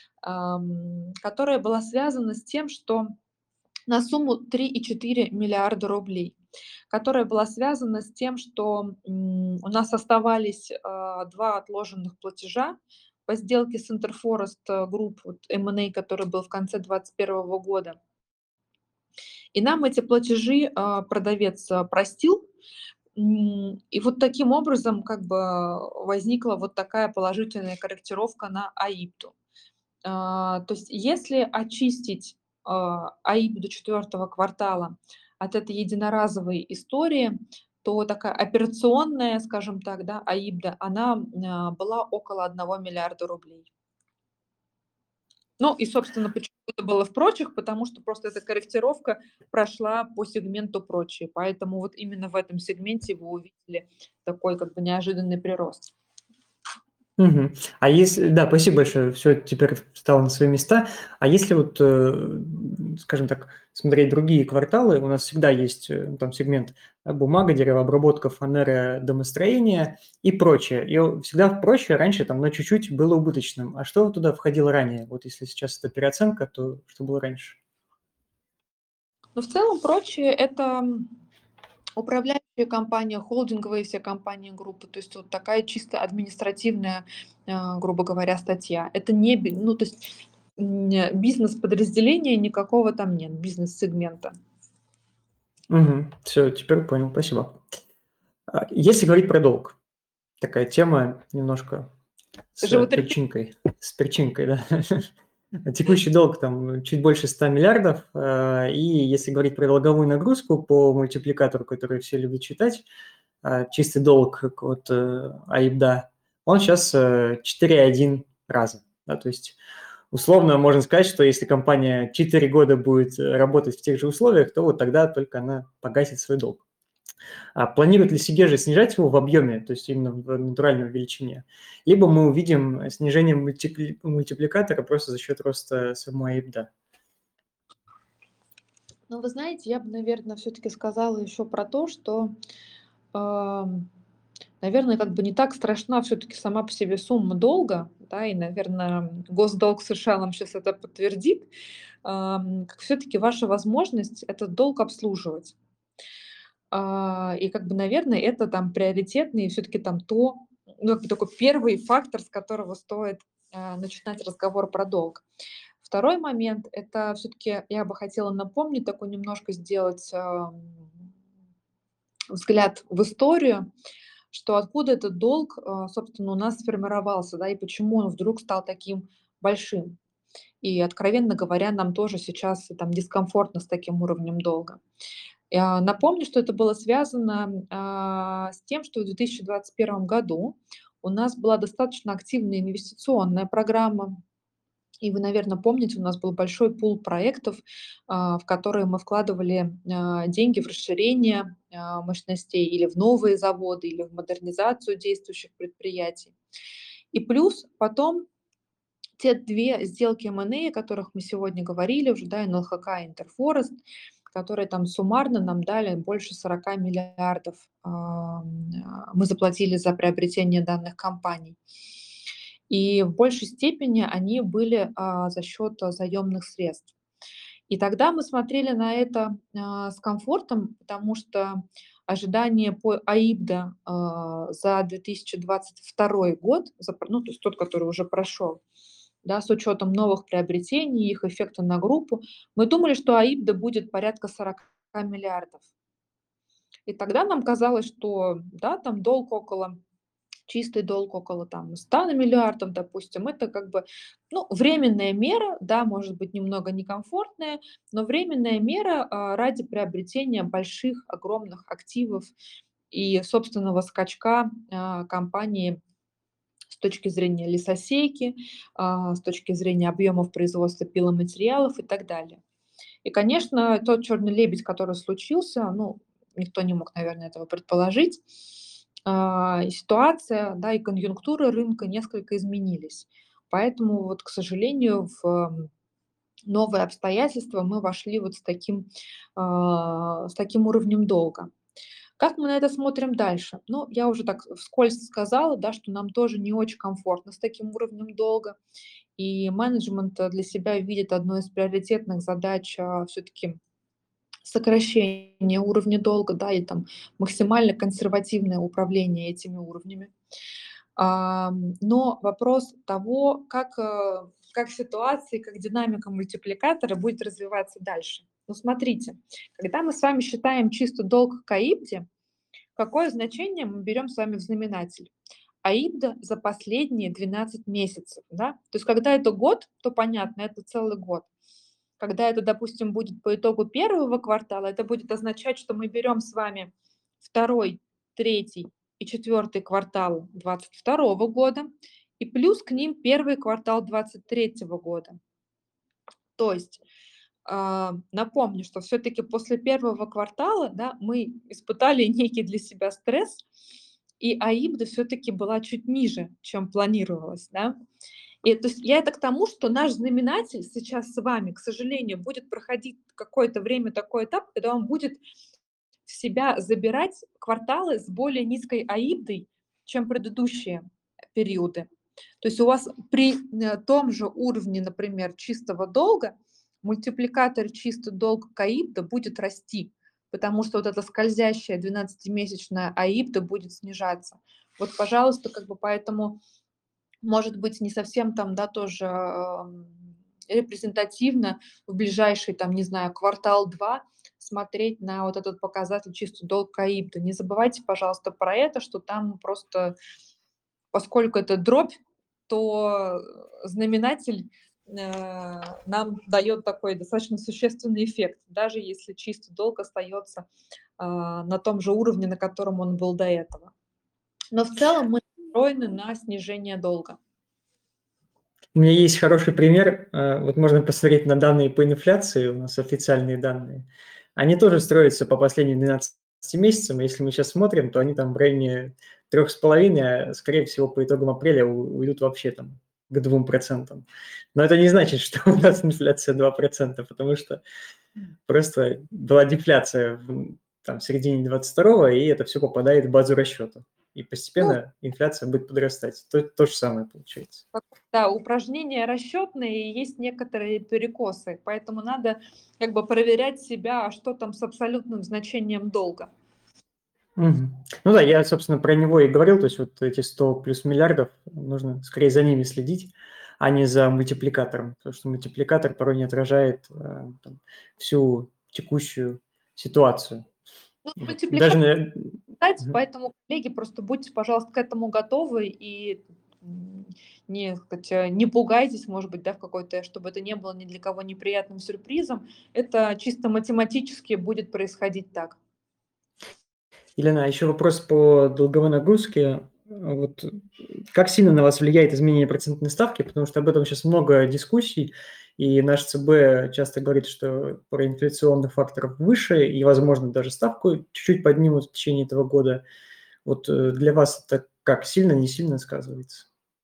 которая была связана с тем, что на сумму 3,4 миллиарда рублей, которая была связана с тем, что у нас оставались 2 отложенных платежа по сделке с Interforest Group, вот M&A, который был в конце 2021 года. И нам эти платежи продавец простил. И вот таким образом как бы возникла вот такая положительная корректировка на АИПТу. То есть если очистить АИБ до четвертого квартала от этой единоразовой истории, то такая операционная, скажем так, да, АИБДа, она была около 1 миллиарда рублей. Ну и, собственно, почему это было в прочих, потому что просто эта корректировка прошла по сегменту прочие. Поэтому вот именно в этом сегменте вы увидели такой как бы неожиданный прирост. Мгм. А если, да, спасибо большое, все теперь встало на свои места. А если вот, скажем так, смотреть другие кварталы, у нас всегда есть там сегмент бумага, деревообработка, фанера, домостроение и прочее. И всегда в прочее раньше там на чуть-чуть было убыточным. А что туда входило ранее? Вот если сейчас это переоценка, то что было раньше? Но в целом прочие это управляющая компания, холдинговые все компании группы, то есть вот такая чисто административная, грубо говоря, статья. Это не, ну то есть бизнес-подразделения никакого там нет, бизнес-сегмента. Все, теперь понял, спасибо. Если говорить про долг, такая тема немножко с Животрепещущая. перчинкой, да. Текущий долг там чуть больше 100 миллиардов, и если говорить про долговую нагрузку по мультипликатору, который все любят читать, чистый долг от АИБДА, он сейчас 4,1 раза. Да, то есть условно можно сказать, что если компания 4 года будет работать в тех же условиях, то вот тогда только она погасит свой долг. А планирует ли Сигежа снижать его в объеме, то есть именно в натуральной величине? Либо мы увидим снижение мультипликатора просто за счет роста самой АИБДА. Ну, вы знаете, я бы, наверное, все-таки сказала еще про то, что, наверное, как бы не так страшна все-таки сама по себе сумма долга, да, и, наверное, госдолг США нам сейчас это подтвердит, как все-таки ваша возможность этот долг обслуживать. И как бы, наверное, это там приоритетный все-таки там ну, как бы такой первый фактор, с которого стоит начинать разговор про долг. Второй момент — это все-таки я бы хотела напомнить, такой немножко сделать взгляд в историю, что откуда этот долг, собственно, у нас сформировался, да, и почему он вдруг стал таким большим. И, откровенно говоря, нам тоже сейчас там дискомфортно с таким уровнем долга. Я напомню, что это было связано с тем, что в 2021 году у нас была достаточно активная инвестиционная программа. И вы, наверное, помните, у нас был большой пул проектов, в которые мы вкладывали деньги в расширение мощностей или в новые заводы, или в модернизацию действующих предприятий. И плюс потом те 2 сделки M&A, о которых мы сегодня говорили уже, да, НЛХК и Интерфорест, которые там суммарно нам дали больше 40 миллиардов, мы заплатили за приобретение данных компаний. И в большей степени они были за счет заемных средств. И тогда мы смотрели на это с комфортом, потому что ожидания по АИБДА за 2022 год, ну, то есть тот, который уже прошел, да, с учетом новых приобретений, их эффекта на группу, мы думали, что АИБДА будет порядка 40 миллиардов. И тогда нам казалось, что да, там чистый долг около там 100 миллиардов, допустим, это как бы, ну, временная мера, да, может быть, немного некомфортная, но временная мера ради приобретения больших, огромных активов и собственного скачка компании с точки зрения лесосейки, с точки зрения объемов производства пиломатериалов и так далее. И, конечно, тот черный лебедь, который случился, ну, никто не мог, наверное, этого предположить. И ситуация, да, и конъюнктура рынка несколько изменились. Поэтому вот, к сожалению, в новые обстоятельства мы вошли вот с таким уровнем долга. Как мы на это смотрим дальше? Ну, я уже так вскользь сказала, да, что нам тоже не очень комфортно с таким уровнем долга. И менеджмент для себя видит одной из приоритетных задач все-таки сокращение уровня долга, да, и там максимально консервативное управление этими уровнями. Но вопрос того, как ситуация, как динамика мультипликатора будет развиваться дальше. Ну, смотрите, когда мы с вами считаем чисто долг к АИБДе, какое значение мы берем с вами в знаменатель? АИБДа за последние 12 месяцев. Да? То есть когда это год, то понятно, это целый год. Когда это, допустим, будет по итогу первого квартала, это будет означать, что мы берем с вами второй, третий и четвертый квартал 2022 года и плюс к ним первый квартал 2023 года. То есть напомню, что все-таки после первого квартала, да, мы испытали некий для себя стресс, и АИБДа все-таки была чуть ниже, чем планировалось. Да? И то есть я это к тому, что наш знаменатель сейчас с вами, к сожалению, будет проходить какое-то время такой этап, когда он будет в себя забирать кварталы с более низкой АИБДой, чем предыдущие периоды. То есть у вас при том же уровне, например, чистого долга, мультипликатор чистый долг к АИБДа будет расти, потому что вот эта скользящая 12-месячная АИБДа будет снижаться. Вот, пожалуйста, как бы поэтому, может быть, не совсем там, да, тоже репрезентативно в ближайший, там, не знаю, квартал-два смотреть на вот этот показатель чистый долг к АИБДа. Не забывайте, пожалуйста, про это, что там просто, поскольку это дробь, то знаменатель нам дает такой достаточно существенный эффект, даже если чистый долг остается на том же уровне, на котором он был до этого. Но в целом мы настроены на снижение долга. У меня есть хороший пример. Вот можно посмотреть на данные по инфляции, у нас официальные данные. Они тоже строятся по последним 12 месяцам. Если мы сейчас смотрим, то они там в районе 3,5, а скорее всего по итогам апреля уйдут вообще там к 2%. Но это не значит, что у нас инфляция 2%, потому что просто была дефляция в середине 22-го, и это все попадает в базу расчета. И Ну, постепенно инфляция будет подрастать. То же самое получается. да, упражнения расчетные, и есть некоторые перекосы, поэтому надо как бы проверять себя, а что там с абсолютным значением долга. Мгм. Ну да, я, собственно, про него и говорил, то есть вот эти 100 плюс миллиардов, нужно скорее за ними следить, а не за мультипликатором, потому что мультипликатор порой не отражает там, всю текущую ситуацию. Ну, Вот. мультипликатор Даже, читать, Мгм. поэтому, коллеги, просто будьте, пожалуйста, к этому готовы и не, не пугайтесь, может быть, да, в какой-то, чтобы это не было ни для кого неприятным сюрпризом. Это чисто математически будет происходить так. Елена, а еще вопрос по долговой нагрузке. Вот как сильно на вас влияет изменение процентной ставки? Потому что об этом сейчас много дискуссий, и наш ЦБ часто говорит, что про инфляционных факторов выше, и, возможно, даже ставку чуть-чуть поднимут в течение этого года. Вот для вас это как, сильно, не сильно сказывается?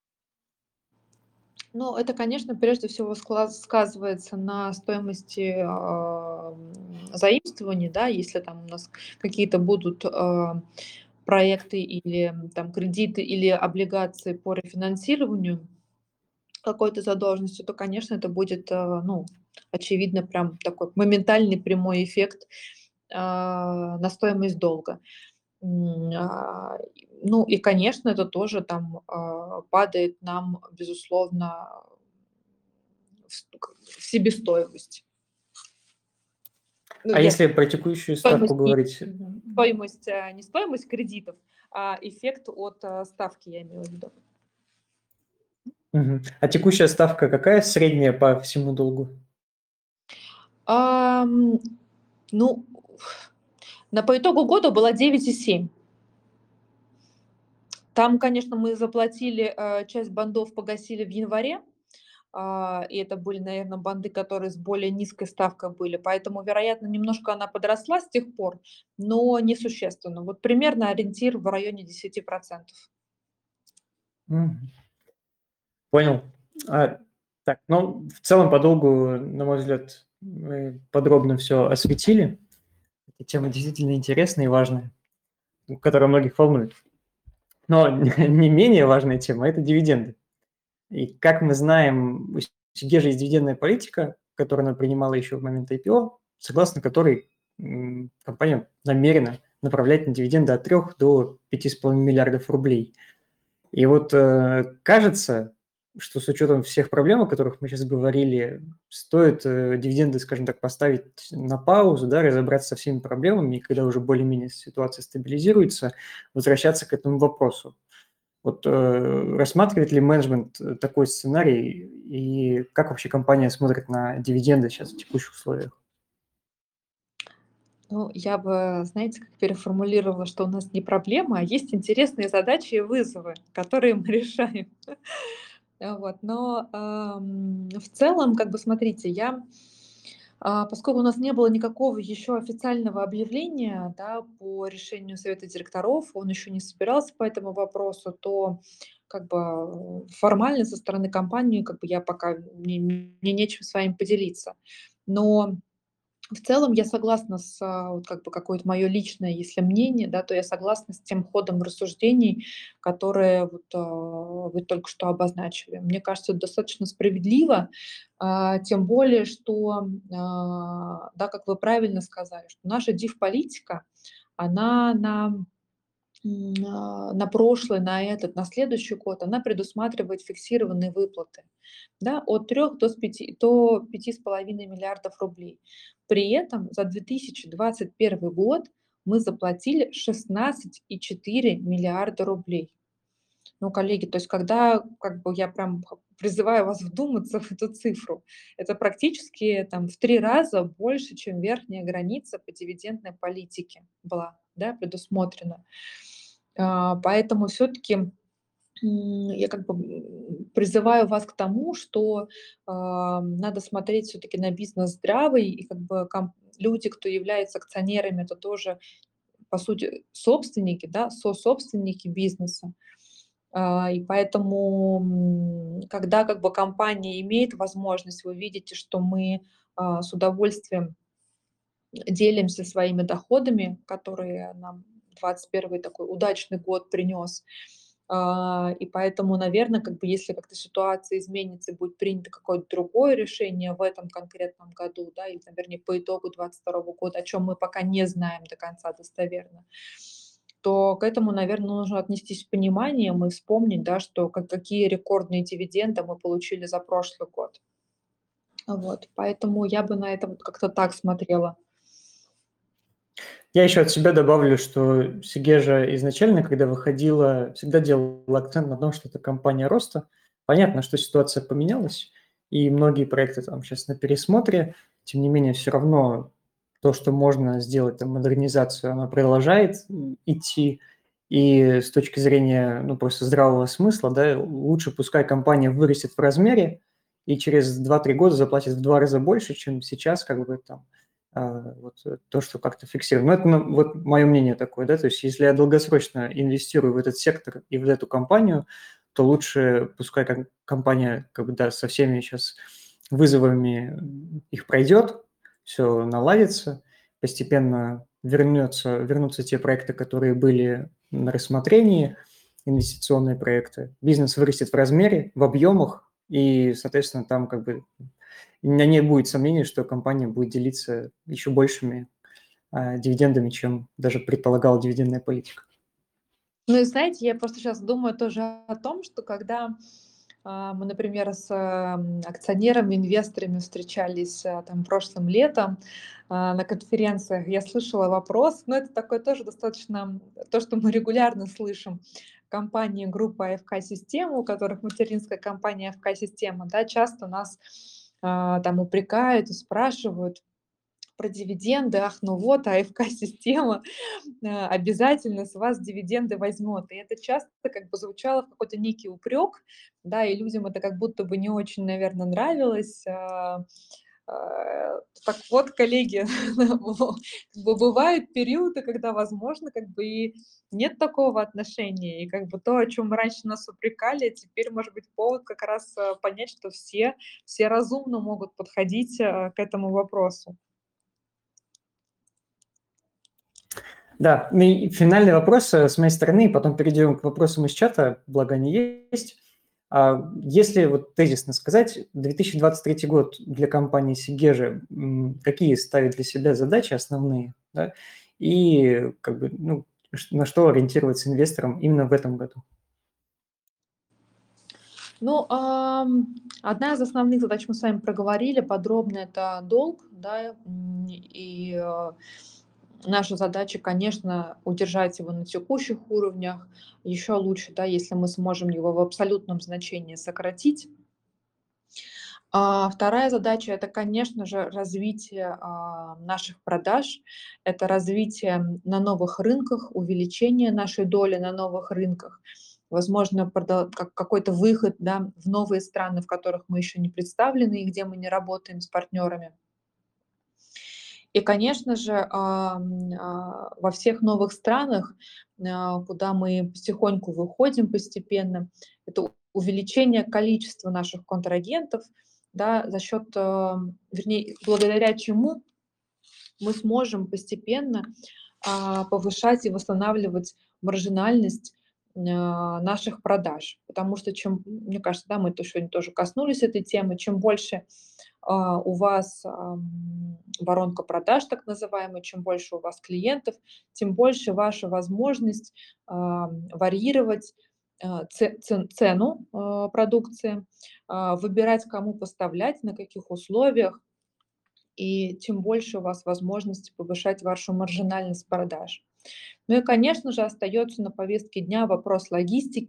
Ну, это, конечно, прежде всего сказывается на стоимости заимствований, да, если там у нас какие-то будут проекты или там кредиты или облигации по рефинансированию какой-то задолженности, то, конечно, это будет, ну, очевидно, прям такой моментальный прямой эффект на стоимость долга. Ну и, конечно, это тоже там падает нам, безусловно, в себестоимость. Ну, А я если про текущую ставку стоимость, говорить? стоимость, не стоимость кредитов, а эффект от ставки, я имею в виду. Мгм. А текущая ставка какая средняя по всему долгу? Ам, ну, по итогу года была 9,7. Там, конечно, мы заплатили, часть бандов погасили в январе, и это были, наверное, банды, которые с более низкой ставкой были, поэтому, вероятно, немножко она подросла с тех пор, но несущественно. Вот примерно ориентир в районе 10%. Мгм. Понял. А, так, ну, в целом, по долгу, на мой взгляд, мы подробно все осветили. Эта тема действительно интересная и важная, которая многих волнует. Но не менее важная тема – это дивиденды. И как мы знаем, у Сигежи есть дивидендная политика, которую она принимала еще в момент IPO, согласно которой компания намерена направлять на дивиденды от 3 до 5,5 миллиардов рублей. И вот кажется, что с учетом всех проблем, о которых мы сейчас говорили, стоит дивиденды, скажем так, поставить на паузу, да, разобраться со всеми проблемами, и когда уже более-менее ситуация стабилизируется, возвращаться к этому вопросу. Вот рассматривает ли менеджмент такой сценарий, и как вообще компания смотрит на дивиденды сейчас в текущих условиях? Ну, я бы, знаете, как переформулировала, что у нас не проблема, а есть интересные задачи и вызовы, которые мы решаем. Вот, но в целом, как бы, смотрите, поскольку у нас не было никакого еще официального объявления, да, по решению совета директоров, он еще не собирался по этому вопросу, то как бы формально со стороны компании, как бы я пока мне нечем с вами поделиться. Но в целом я согласна с, вот как бы какое-то мое личное, если мнение, да, то я согласна с тем ходом рассуждений, которые вот, вы только что обозначили. Мне кажется, это достаточно справедливо, тем более, что, да, как вы правильно сказали, что наша див-политика, она на прошлый, на этот, на следующий год, она предусматривает фиксированные выплаты, да, от 3 до 5,5 миллиардов рублей. При этом за 2021 год мы заплатили 16,4 миллиарда рублей. Ну, коллеги, то есть когда как бы я прям призываю вас вдуматься в эту цифру, это практически там в 3 раза больше, чем верхняя граница по дивидендной политике была, да, предусмотрена. Поэтому все-таки я как бы призываю вас к тому, что надо смотреть все-таки на бизнес здравый, и как бы люди, кто является акционерами, это тоже, по сути, собственники, да, сособственники бизнеса. И поэтому, когда как бы компания имеет возможность, вы видите, что мы с удовольствием делимся своими доходами, которые нам 21 такой удачный год принес. И поэтому, наверное, как бы если как-то ситуация изменится и будет принято какое-то другое решение в этом конкретном году, да, или, наверное, по итогу 22 года, о чем мы пока не знаем до конца достоверно, то к этому, наверное, нужно отнестись с пониманием и вспомнить, да, что какие рекордные дивиденды мы получили за прошлый год. Вот, поэтому я бы на это вот как-то так смотрела. Я еще от себя добавлю, что Сигежа изначально, когда выходила, всегда делала акцент на том, что это компания роста. Понятно, что ситуация поменялась, и многие проекты там сейчас на пересмотре. Тем не менее, все равно то, что можно сделать, там, модернизацию, она продолжает идти. И с точки зрения, ну, просто здравого смысла, да, лучше пускай компания вырастет в размере и через 2-3 года заплатит в 2 раза больше, чем сейчас, как бы там, вот то, что как-то фиксируем. Ну, это вот мое мнение такое, да, то есть если я долгосрочно инвестирую в этот сектор и в эту компанию, то лучше пускай как компания, как бы, да, со всеми сейчас вызовами их пройдет, все наладится, постепенно вернутся те проекты, которые были на рассмотрении, инвестиционные проекты, бизнес вырастет в размере, в объемах, и, соответственно, там как бы у меня не будет сомнений, что компания будет делиться еще большими дивидендами, чем даже предполагала дивидендная политика. Ну и знаете, я просто сейчас думаю тоже о том, что когда мы, например, с акционерами, инвесторами встречались там прошлым летом на конференциях, я слышала вопрос, но это такое тоже достаточно то, что мы регулярно слышим. Компании группы АФК-система, у которых материнская компания АФК-система, да, часто нас там упрекают и спрашивают про дивиденды. Ах, ну вот, АФК-система обязательно с вас дивиденды возьмет. И это часто как бы звучало в какой-то некий упрек, да, и людям это как будто бы не очень, наверное, нравилось. Так вот, коллеги, как бы бывают периоды, когда, возможно, как бы и нет такого отношения, и как бы то, о чем раньше нас упрекали, теперь может быть повод как раз понять, что все разумно могут подходить к этому вопросу. Да, ну и финальный вопрос с моей стороны, потом перейдем к вопросам из чата, благо они есть. Если вот тезисно сказать, 2023 год для компании Сигежа какие ставит для себя задачи основные, да, и как бы, ну, на что ориентироваться инвесторам именно в этом году? Ну, одна из основных задач мы с вами проговорили подробно, это долг, да, наша задача, конечно, удержать его на текущих уровнях, еще лучше, да, если мы сможем его в абсолютном значении сократить. Вторая задача — это, конечно же, развитие наших продаж, это развитие на новых рынках, увеличение нашей доли на новых рынках, возможно, какой-то выход, да, в новые страны, в которых мы еще не представлены и где мы не работаем с партнерами. И, конечно же, во всех новых странах, куда мы потихоньку выходим постепенно, это увеличение количества наших контрагентов, да, за счет, вернее, благодаря чему мы сможем постепенно повышать и восстанавливать маржинальность наших продаж. Потому что чем, мне кажется, да, мы сегодня тоже коснулись этой темы, чем больше у вас воронка продаж, так называемая, чем больше у вас клиентов, тем больше ваша возможность варьировать цену продукции, выбирать, кому поставлять, на каких условиях, и тем больше у вас возможности повышать вашу маржинальность продаж. Ну и, конечно же, остается на повестке дня вопрос логистики,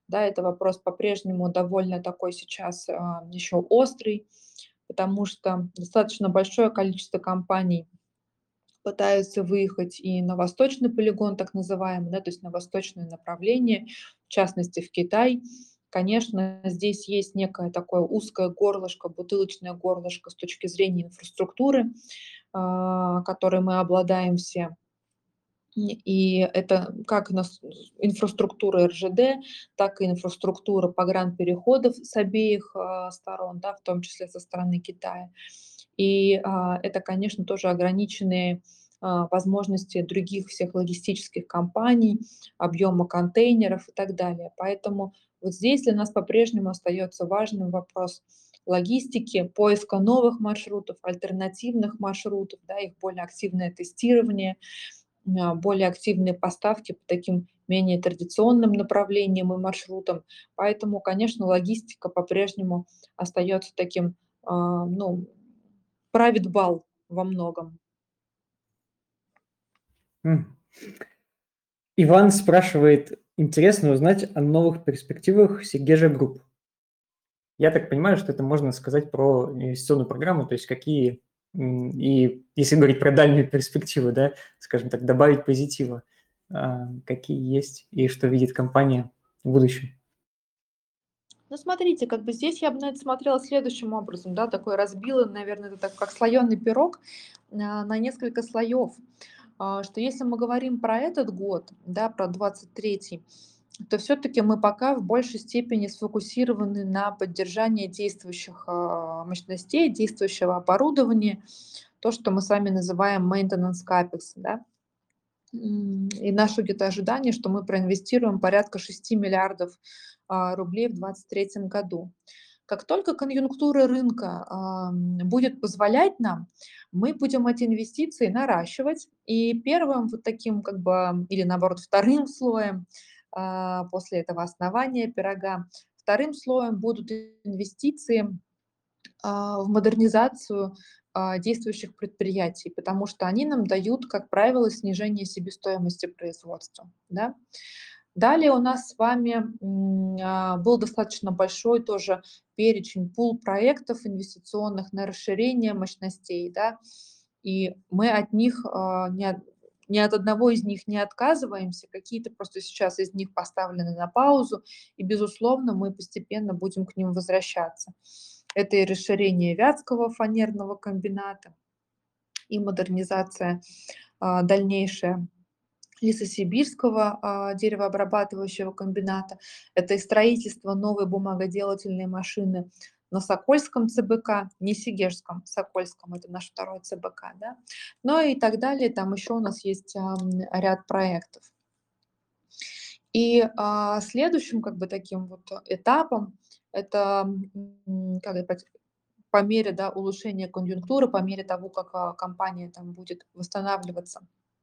Да, это вопрос по-прежнему довольно такой сейчас еще острый, потому что достаточно большое количество компаний пытаются выехать и на восточный полигон, так называемый, да, то есть на восточное направление, в частности в Китай. Конечно, здесь есть некое такое узкое горлышко, бутылочное горлышко с точки зрения инфраструктуры, которой мы обладаем все. И это как инфраструктура РЖД, так и инфраструктура погранпереходов с обеих сторон, да, в том числе со стороны Китая. И это, конечно, тоже ограниченные возможности других всех логистических компаний, объема контейнеров и так далее. Поэтому вот здесь для нас по-прежнему остается важным вопрос логистики, поиска новых маршрутов, альтернативных маршрутов, да, их более активное тестирование, более активные поставки по таким менее традиционным направлениям и маршрутам. Поэтому, конечно, логистика по-прежнему остается таким, ну, правит бал во многом. М. Иван спрашивает, интересно узнать о новых перспективах Сигежа Групп. Я так понимаю, что это можно сказать про инвестиционную программу, то есть какие, и если говорить про дальнюю перспективу, да, скажем так, добавить позитива, какие есть и что видит компания в будущем. Ну, смотрите, как бы здесь я бы на это смотрела следующим образом, да, такой разбила, наверное, это так, как слоеный пирог на несколько слоев. Что если мы говорим про этот год, да, про 23-й, то все-таки мы пока в большей степени сфокусированы на поддержании действующих мощностей, действующего оборудования, то, что мы с вами называем maintenance capex, да. И наше где-то ожидание, что мы проинвестируем порядка 6 миллиардов рублей в 2023 году. Как только конъюнктура рынка будет позволять нам, мы будем эти инвестиции наращивать. И первым вот таким, как бы, или наоборот, вторым слоем после этого основания пирога, вторым слоем будут инвестиции в модернизацию действующих предприятий, потому что они нам дают, как правило, снижение себестоимости производства. Да? Далее у нас с вами был достаточно большой тоже перечень пул проектов инвестиционных на расширение мощностей, да, и мы от них ни от одного из них не отказываемся, какие-то просто сейчас из них поставлены на паузу, и, безусловно, мы постепенно будем к ним возвращаться. Это и расширение Вятского фанерного комбината, и модернизация дальнейшая Лесосибирского деревообрабатывающего комбината. Это и строительство новой бумагоделательной машины на Сокольском ЦБК, не Сигежском, Сокольском, это наш второй ЦБК, да, ну и так далее. Там еще у нас есть ряд проектов. И следующим как бы таким вот этапом это как это, по мере, да, улучшения конъюнктуры, по мере того, как компания там будет восстанавливаться,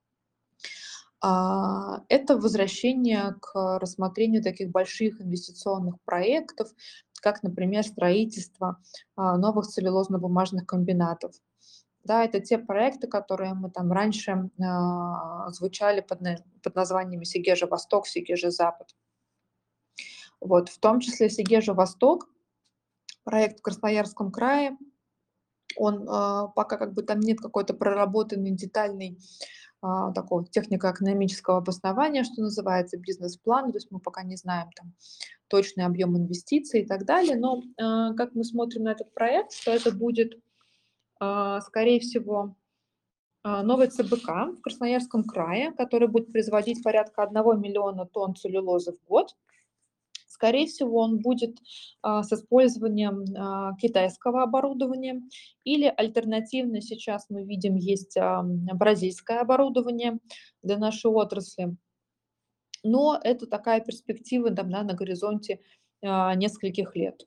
это возвращение к рассмотрению таких больших инвестиционных проектов, как, например, строительство новых целлюлозно-бумажных комбинатов. Да, это те проекты, которые мы там раньше звучали под названиями Сигежа Восток, Сигежа Запад. Вот, в том числе Сигежа Восток, проект в Красноярском крае, он пока как бы там нет какой-то проработанной детальной такого технико-экономического обоснования, что называется, бизнес-план, то есть мы пока не знаем там точный объем инвестиций и так далее, но как мы смотрим на этот проект, что это будет, скорее всего, новый ЦБК в Красноярском крае, который будет производить порядка 1 миллиона тонн целлюлозы в год. Скорее всего, он будет с использованием китайского оборудования или альтернативно сейчас мы видим есть бразильское оборудование для нашей отрасли. Но это такая перспектива там, да, на горизонте нескольких лет.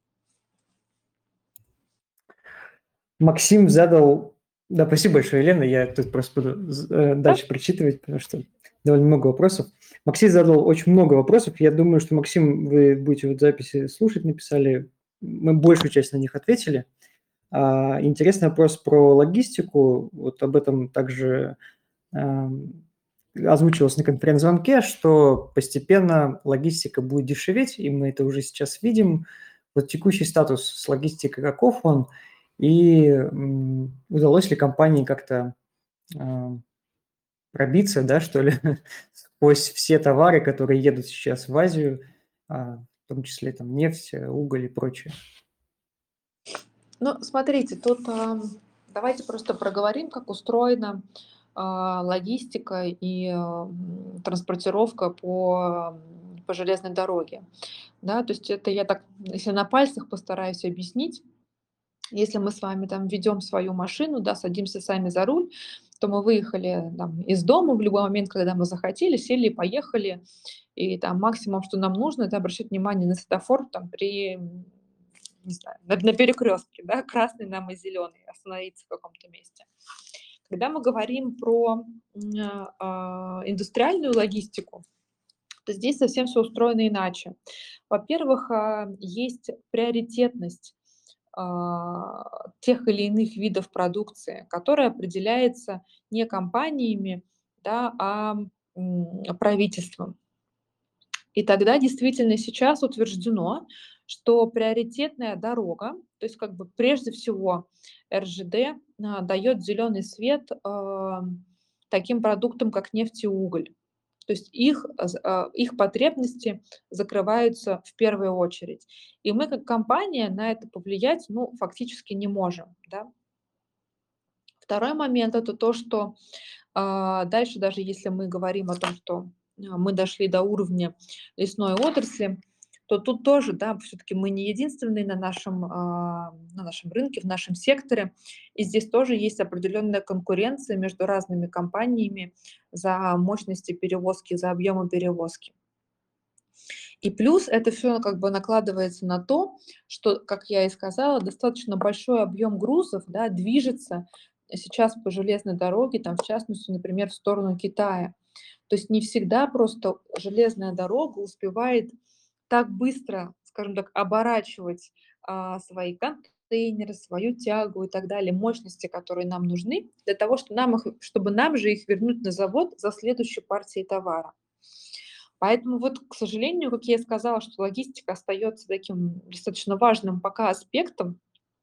Максим задал... Да, спасибо большое, Елена. Я тут просто буду дальше прочитывать, потому что довольно много вопросов. Максим задал очень много вопросов. Я думаю, что, Максим, вы будете вот записи слушать, написали. Мы большую часть на них ответили. Интересный вопрос про логистику. Вот об этом также озвучивалось на конференц-звонке, что постепенно логистика будет дешеветь, и мы это уже сейчас видим. Вот текущий статус с логистикой, каков он, и удалось ли компании как-то пробиться, да, что ли, сквозь все товары, которые едут сейчас в Азию, в том числе там нефть, уголь и прочее. Ну, смотрите, тут давайте просто проговорим, как устроена логистика и транспортировка по железной дороге. Да, то есть это я так, если на пальцах постараюсь объяснить, если мы с вами там ведем свою машину, да, садимся сами за руль, то мы выехали там из дома в любой момент, когда мы захотели, сели и поехали. И там максимум, что нам нужно, это обращать внимание на светофор там при, не знаю, на перекрестке, да, красный нам и зеленый, остановиться в каком-то месте. Когда мы говорим про индустриальную логистику, то здесь совсем все устроено иначе. Во-первых, есть приоритетность тех или иных видов продукции, которая определяется не компаниями, да, а правительством. И тогда действительно сейчас утверждено, что приоритетная дорога, то есть как бы прежде всего РЖД дает зеленый свет таким продуктам, как нефть и уголь. То есть их потребности закрываются в первую очередь. И мы как компания на это повлиять, ну, фактически не можем. Да? Второй момент – это то, что дальше, даже если мы говорим о том, что мы дошли до уровня лесной отрасли, то тут тоже, да, все-таки мы не единственные на нашем рынке, в нашем секторе. И здесь тоже есть определенная конкуренция между разными компаниями за мощности перевозки, за объемы перевозки. И плюс это все как бы накладывается на то, что, как я и сказала, достаточно большой объем грузов, да, движется сейчас по железной дороге, там, в частности, например, в сторону Китая. То есть не всегда просто железная дорога успевает так быстро, скажем так, оборачивать свои контейнеры, свою тягу и так далее, мощности, которые нам нужны, для того, чтобы нам же их вернуть на завод за следующей партией товара. Поэтому вот, к сожалению, как я и сказала, что логистика остается таким достаточно важным пока аспектом,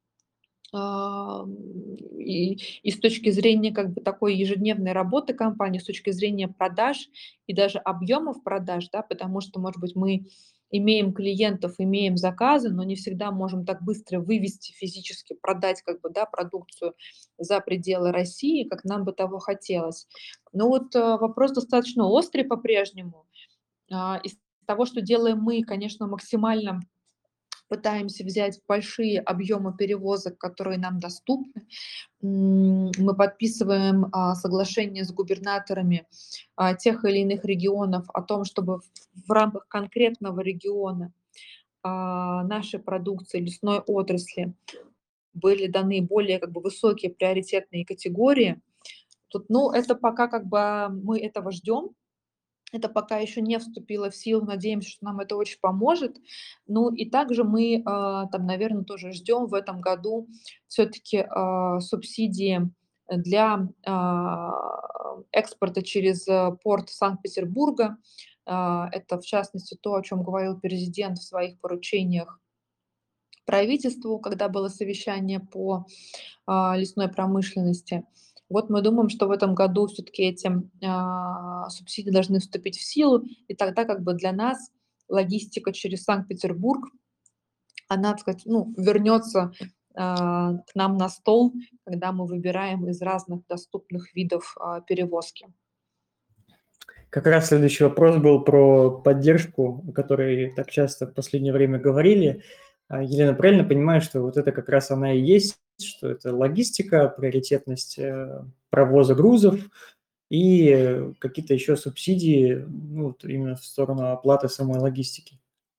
и с точки зрения как бы такой ежедневной работы компании, с точки зрения продаж и даже объемов продаж, да, потому что, может быть, мы имеем клиентов, имеем заказы, но не всегда можем так быстро вывести физически, продать как бы, да, продукцию за пределы России, как нам бы того хотелось. Но вот вопрос достаточно острый по-прежнему. Из того, что делаем мы, конечно, максимально пытаемся взять большие объемы перевозок, которые нам доступны. Мы подписываем соглашения с губернаторами тех или иных регионов о том, чтобы в рамках конкретного региона нашей продукции лесной отрасли были даны более как бы высокие приоритетные категории. Тут, ну, это пока как бы мы этого ждем. Это пока еще не вступило в силу. Надеемся, что нам это очень поможет. Ну и также мы, там, наверное, тоже ждем в этом году все-таки субсидии для экспорта через порт Санкт-Петербурга. Это, в частности, то, о чем говорил президент в своих поручениях правительству, когда было совещание по лесной промышленности. Вот мы думаем, что в этом году все-таки эти субсидии должны вступить в силу, и тогда как бы для нас логистика через Санкт-Петербург, она, так сказать, ну, вернется к нам на стол, когда мы выбираем из разных доступных видов перевозки. Как раз следующий вопрос был про поддержку, о которой так часто в последнее время говорили. Елена, правильно понимаю, что вот это как раз она и есть, что это логистика, приоритетность провоза грузов и какие-то еще субсидии, ну, вот именно в сторону оплаты самой логистики?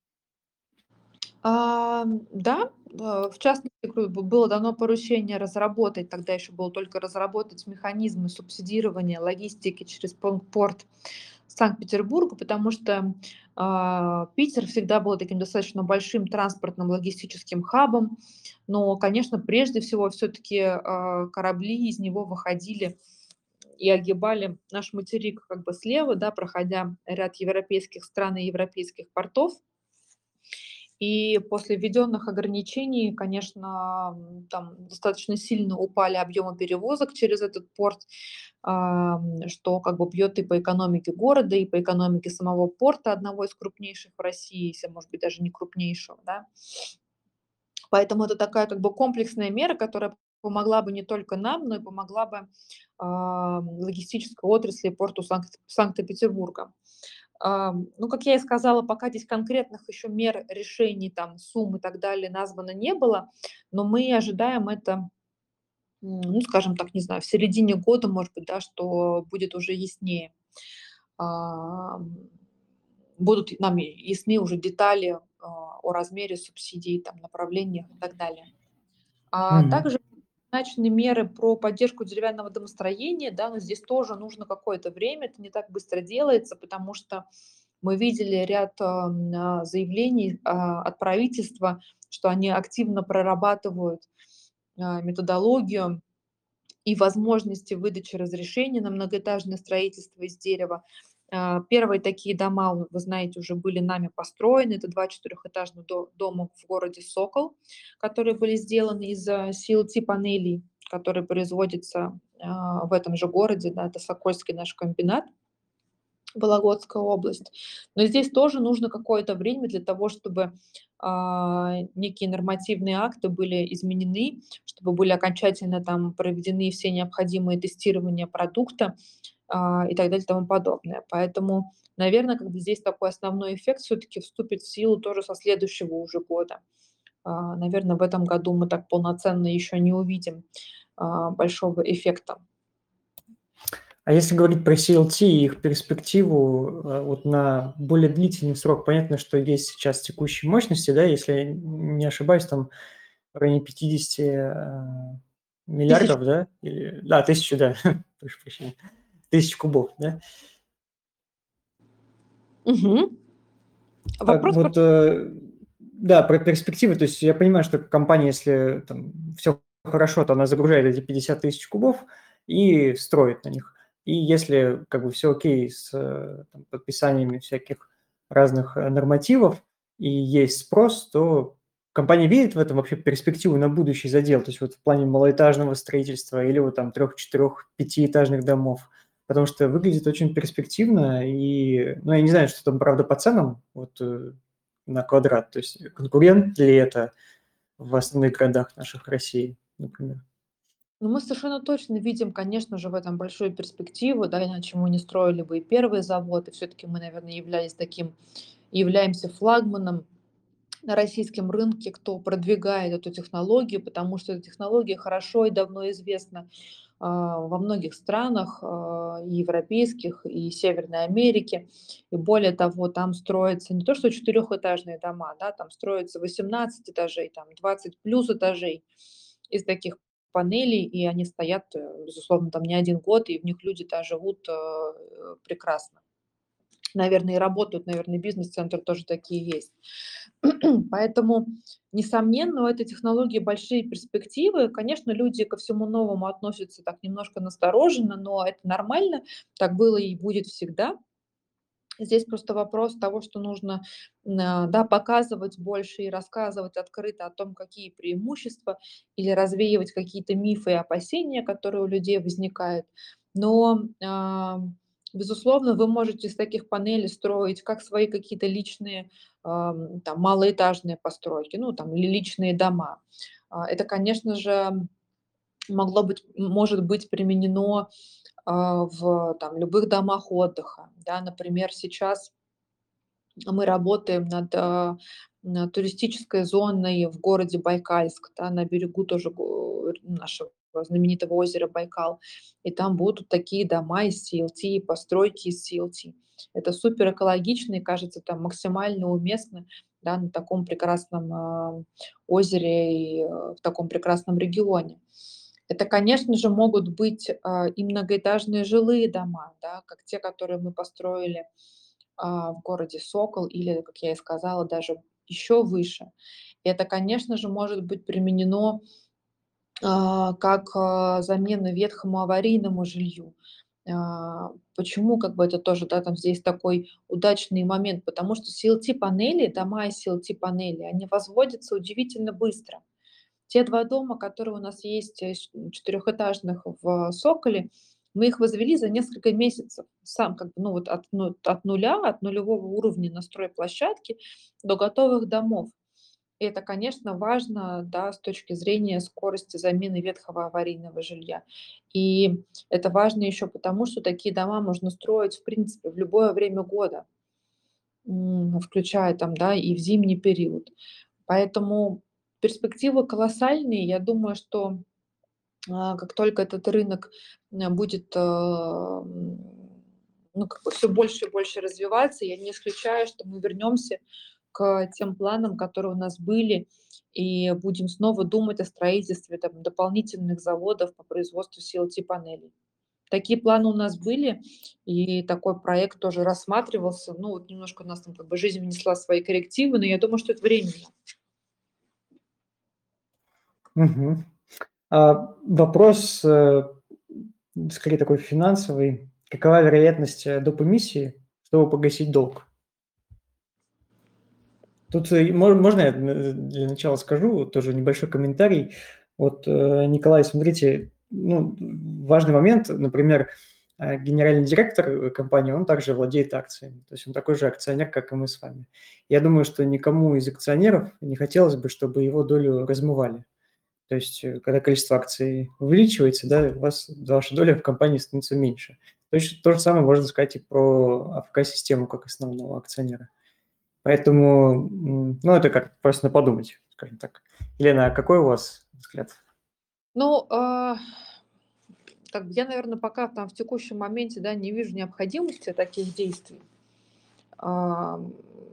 Да, в частности, говорю, было дано поручение разработать, тогда еще было только разработать механизмы субсидирования логистики через порт Санкт-Петербурга, потому что Питер всегда был таким достаточно большим транспортным логистическим хабом, но, конечно, прежде всего все-таки корабли из него выходили и огибали наш материк как бы слева, да, проходя ряд европейских стран и европейских портов. И после введенных ограничений, конечно, там достаточно сильно упали объемы перевозок через этот порт, что как бы бьет и по экономике города, и по экономике самого порта, одного из крупнейших в России, если, может быть, даже не крупнейшего, да. Поэтому это такая как бы комплексная мера, которая помогла бы не только нам, но и помогла бы логистической отрасли порту Санкт-Петербурга. Ну, как я и сказала, пока здесь конкретных еще мер, решений, там, сумм и так далее названо не было, но мы ожидаем это, ну, скажем так, не знаю, в середине года, может быть, да, что будет уже яснее. Ам, Будут нам ясны уже детали о размере субсидий, там, направлениях и так далее. Мгм. Также назначены меры про поддержку деревянного домостроения, да, но здесь тоже нужно какое-то время, это не так быстро делается, потому что мы видели ряд заявлений от правительства, что они активно прорабатывают методологию и возможности выдачи разрешений на многоэтажное строительство из дерева. Первые такие дома, вы знаете, уже были нами построены. Это 2 четырехэтажных дома в городе Сокол, которые были сделаны из CLT-панелей, которые производятся в этом же городе. Да, это Сокольский наш комбинат. Вологодская область. Но здесь тоже нужно какое-то время для того, чтобы некие нормативные акты были изменены, чтобы были окончательно там проведены все необходимые тестирования продукта и так далее и тому подобное. Поэтому, наверное, как бы здесь такой основной эффект все-таки вступит в силу тоже со следующего уже года. Наверное, в этом году мы так полноценно еще не увидим большого эффекта. А если говорить про CLT и их перспективу, вот на более длительный срок, понятно, что есть сейчас текущие мощности, да, если я не ошибаюсь, там в районе 50 Тысяч. миллиардов, да? Или, да, 1000, да, прошу прощения, 1000 кубов, да? Мгм. Вопрос про... Вот, да, про перспективы. То есть я понимаю, что компания, если там все хорошо, то она загружает эти 50 тысяч кубов и строит на них. И если как бы все окей с там, подписаниями всяких разных нормативов и есть спрос, то компания видит в этом вообще перспективу на будущий задел, то есть вот в плане малоэтажного строительства или вот там 3, 4, 5-этажных домов. Потому что выглядит очень перспективно, и, ну, я не знаю, что там, правда, по ценам вот, на квадрат. То есть конкурент ли это в основных городах наших России, например? Ну, мы совершенно точно видим, конечно же, в этом большую перспективу, да, иначе мы не строили бы и первый завод, и все-таки мы, наверное, являемся флагманом на российском рынке, кто продвигает эту технологию, потому что эта технология хорошо и давно известна во многих странах, и европейских, и Северной Америки. И более того, там строятся не то что четырехэтажные дома, да, там строятся 18 этажей, там 20 плюс этажей из таких панелей, и они стоят, безусловно, там не один год, и в них люди-то живут прекрасно. Наверное, и работают, наверное, бизнес-центры тоже такие есть. Поэтому, несомненно, у этой технологии большие перспективы. Конечно, люди ко всему новому относятся так немножко настороженно, но это нормально, так было и будет всегда. Здесь просто вопрос того, что нужно, да, показывать больше и рассказывать открыто о том, какие преимущества, или развеивать какие-то мифы и опасения, которые у людей возникают. Но, безусловно, вы можете из таких панелей строить как свои какие-то личные, там, малоэтажные постройки, ну, там, или личные дома. Это, конечно же, может быть применено в там, любых домах отдыха. Да. Например, сейчас мы работаем над туристической зоной в городе Байкальск, да, на берегу тоже нашего знаменитого озера Байкал. И там будут такие дома из CLT, постройки из CLT. Это супер экологично и кажется там максимально уместно, да, на таком прекрасном озере и в таком прекрасном регионе. Это, конечно же, могут быть и многоэтажные жилые дома, да, как те, которые мы построили в городе Сокол или, как я и сказала, даже еще выше. И это, конечно же, может быть применено как замена ветхому аварийному жилью. Почему как бы это тоже, да, там здесь такой удачный момент? Потому что CLT-панели, дома из CLT-панели, они возводятся удивительно быстро. Те 2 дома, которые у нас есть, четырехэтажных в Соколе, мы их возвели за несколько месяцев. Сам как бы, ну, вот от нуля, от нулевого уровня на стройплощадке до готовых домов. И это, конечно, важно, да, с точки зрения скорости замены ветхого аварийного жилья. И это важно еще потому, что такие дома можно строить, в принципе, в любое время года, включая там, да, и в зимний период. Поэтому перспективы колоссальные. Я думаю, что, как только этот рынок, будет, ну, как бы все больше и больше развиваться, я не исключаю, что мы вернемся к тем планам, которые у нас были, и будем снова думать о строительстве там дополнительных заводов по производству CLT-панелей. Такие планы у нас были, и такой проект тоже рассматривался. Ну, вот немножко у нас там как бы жизнь внесла свои коррективы, но я думаю, что это временно. Мгм. Вопрос, скорее такой финансовый. Какова вероятность доп. Эмиссии, чтобы погасить долг? Тут можно я для начала скажу, тоже небольшой комментарий. Вот, Николай, смотрите, ну, важный момент, например, генеральный директор компании, он также владеет акциями, то есть он такой же акционер, как и мы с вами. Я думаю, что никому из акционеров не хотелось бы, чтобы его долю размывали. То есть, когда количество акций увеличивается, да, ваша доля в компании становится меньше. То же самое можно сказать и про АФК-систему как основного акционера. Поэтому, ну, это как просто подумать, скажем так. Елена, а какой у вас взгляд? Ну, как бы я, наверное, пока там в текущем моменте, да, не вижу необходимости таких действий. Ам,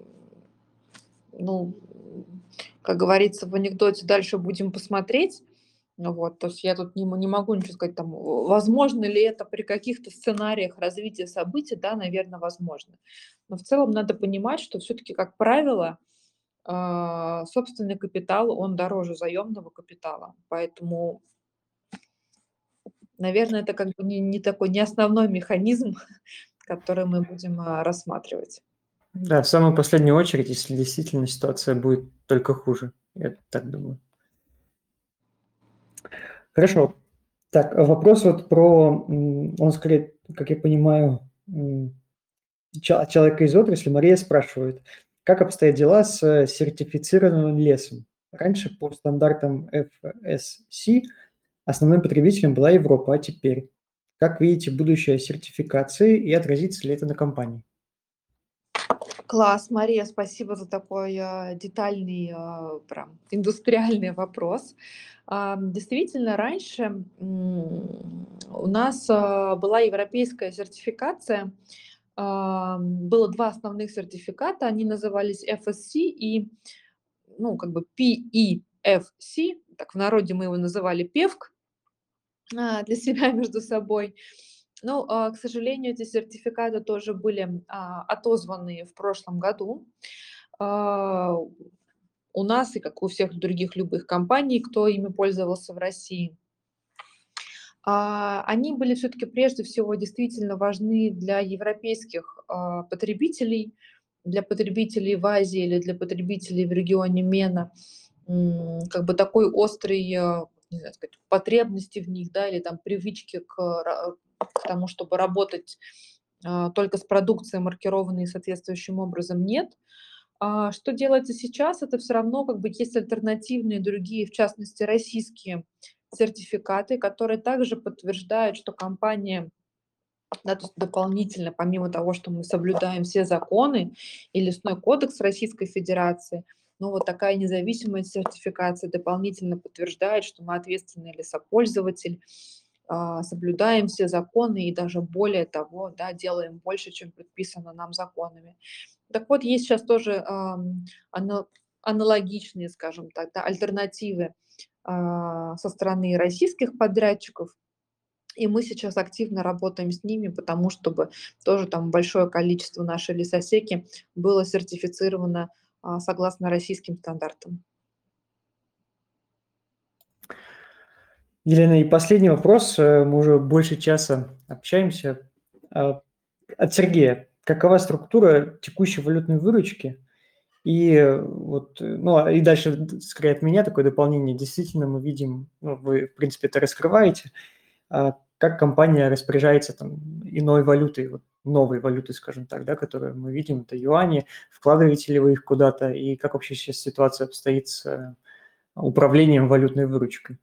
ну, как говорится в анекдоте, дальше будем посмотреть. Ну вот, то есть я тут не могу ничего сказать там, возможно ли это при каких-то сценариях развития событий, да, наверное, возможно. Но в целом надо понимать, что все-таки, как правило, собственный капитал, он дороже заемного капитала. Поэтому, наверное, это как бы не такой, не основной механизм, который мы будем рассматривать. Да, в самую последнюю очередь, если действительно ситуация будет только хуже. Я так думаю. Хорошо. Так, вопрос вот про, он скорее, как я понимаю, от человека из отрасли. Мария спрашивает, как обстоят дела с сертифицированным лесом? Раньше по стандартам FSC основным потребителем была Европа, а теперь? Как видите будущее сертификации и отразится ли это на компании? Класс, Мария, спасибо за такой детальный, прям индустриальный вопрос. Действительно, раньше у нас была европейская сертификация. Было два основных сертификата, они назывались FSC и, ну, как бы PEFC, так в народе мы его называли PEFC для себя между собой. Ну, к сожалению, эти сертификаты тоже были отозваны в прошлом году. А, У нас и как у всех других любых компаний, кто ими пользовался в России. Они были все-таки прежде всего действительно важны для европейских потребителей, для потребителей в Азии или для потребителей в регионе MENA. Как бы такой острой, не знаю, сказать, потребности в них, да, или там привычки к тому, чтобы работать только с продукцией, маркированной соответствующим образом, нет. Что делается сейчас? Это все равно как бы есть альтернативные другие, в частности, российские сертификаты, которые также подтверждают, что компания, да, то есть дополнительно, помимо того, что мы соблюдаем все законы и лесной кодекс Российской Федерации, ну, вот такая независимая сертификация дополнительно подтверждает, что мы ответственный лесопользователь, соблюдаем все законы и даже более того, да, делаем больше, чем предписано нам законами. Так вот, есть сейчас тоже аналогичные, скажем так, да, альтернативы со стороны российских подрядчиков, и мы сейчас активно работаем с ними, потому чтобы тоже там большое количество нашей лесосеки было сертифицировано согласно российским стандартам. Елена, и последний вопрос. Мы уже больше часа общаемся. От Сергея. Какова структура текущей валютной выручки? И и дальше, скорее, от меня такое дополнение. Действительно, мы видим, вы, в принципе, это раскрываете, как компания распоряжается там иной валютой, вот новой валютой, скажем так, да, которую мы видим, это юани. Вкладываете ли вы их куда-то? И как вообще сейчас ситуация обстоит с управлением валютной выручкой?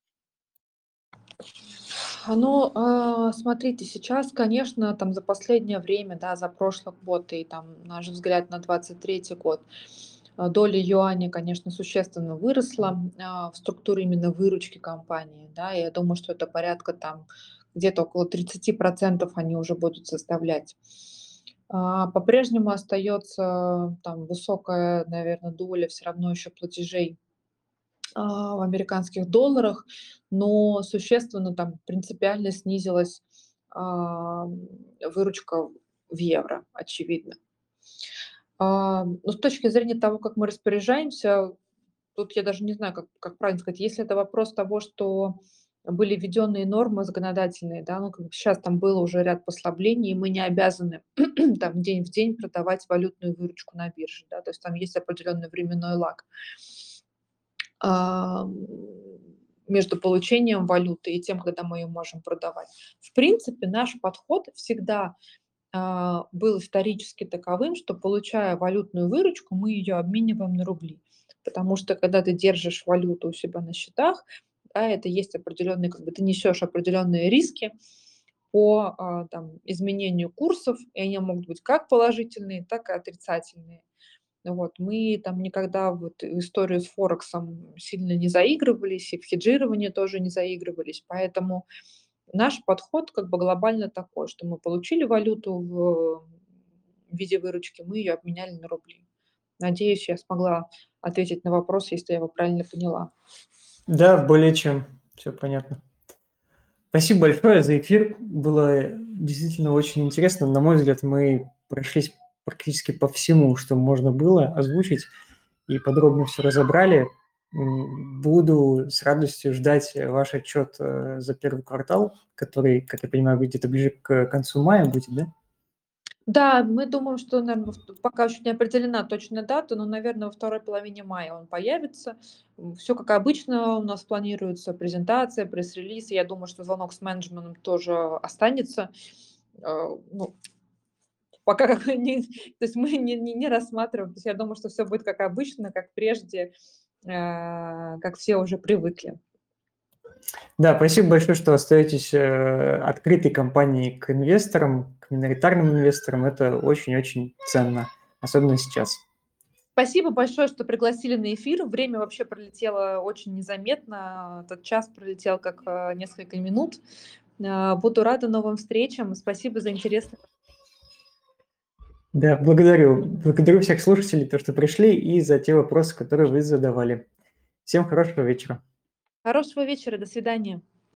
Смотрите, сейчас, конечно, там за последнее время, да, за прошлый год и там наш взгляд на 23 год, доля юаня, конечно, существенно выросла в структуре именно выручки компании, да. Я думаю, что это порядка там где-то около 30% они уже будут составлять. По-прежнему остается там высокая, наверное, доля все равно еще платежей в американских долларах, но существенно там принципиально снизилась выручка в евро, очевидно. Но с точки зрения того, как мы распоряжаемся, тут я даже не знаю, как правильно сказать. Если это вопрос того, что были введенные нормы законодательные, да, ну, как бы щас там было уже ряд послаблений, и мы не обязаны там день в день продавать валютную выручку на бирже, да, то есть там есть определенный временной лаг ам, между получением валюты и тем, когда мы ее можем продавать. В принципе, наш подход всегда был исторически таковым, что, получая валютную выручку, мы ее обмениваем на рубли. Потому что когда ты держишь валюту у себя на счетах, да, это есть определенные, как бы ты несешь определенные риски по там, изменению курсов, и они могут быть как положительные, так и отрицательные. Вот, мы там никогда вот историю с Форексом сильно не заигрывались, и в хеджировании тоже не заигрывались, поэтому наш подход как бы глобально такой, что мы получили валюту в виде выручки, мы ее обменяли на рубли. Надеюсь, я смогла ответить на вопрос, если я его правильно поняла. Да, более чем. Все понятно. Спасибо большое за эфир. Было действительно очень интересно. На мой взгляд, мы прошлись практически по всему, что можно было озвучить, и подробно все разобрали. Буду с радостью ждать ваш отчет за первый квартал, который, как я понимаю, где-то ближе к концу мая будет, да? Да, мы думаем, что, наверно, пока еще не определена точная дата, но, наверное, во второй половине мая он появится. Все как обычно у нас планируется: презентация, пресс-релиз. Я думаю, что звонок с менеджментом тоже останется. Ну, пока как бы не то есть мы не рассматриваем. То есть я думаю, что все будет как обычно, как прежде, как все уже привыкли. Да, спасибо большое, что остаетесь открытой компанией к инвесторам, к миноритарным инвесторам. Это очень-очень ценно, особенно сейчас. Спасибо большое, что пригласили на эфир. Время вообще пролетело очень незаметно. Этот час пролетел как, несколько минут. Буду рада новым встречам. Спасибо за интересный. Да, благодарю. Благодарю всех слушателей, то, что пришли, и за те вопросы, которые вы задавали. Всем хорошего вечера. Хорошего вечера. До свидания.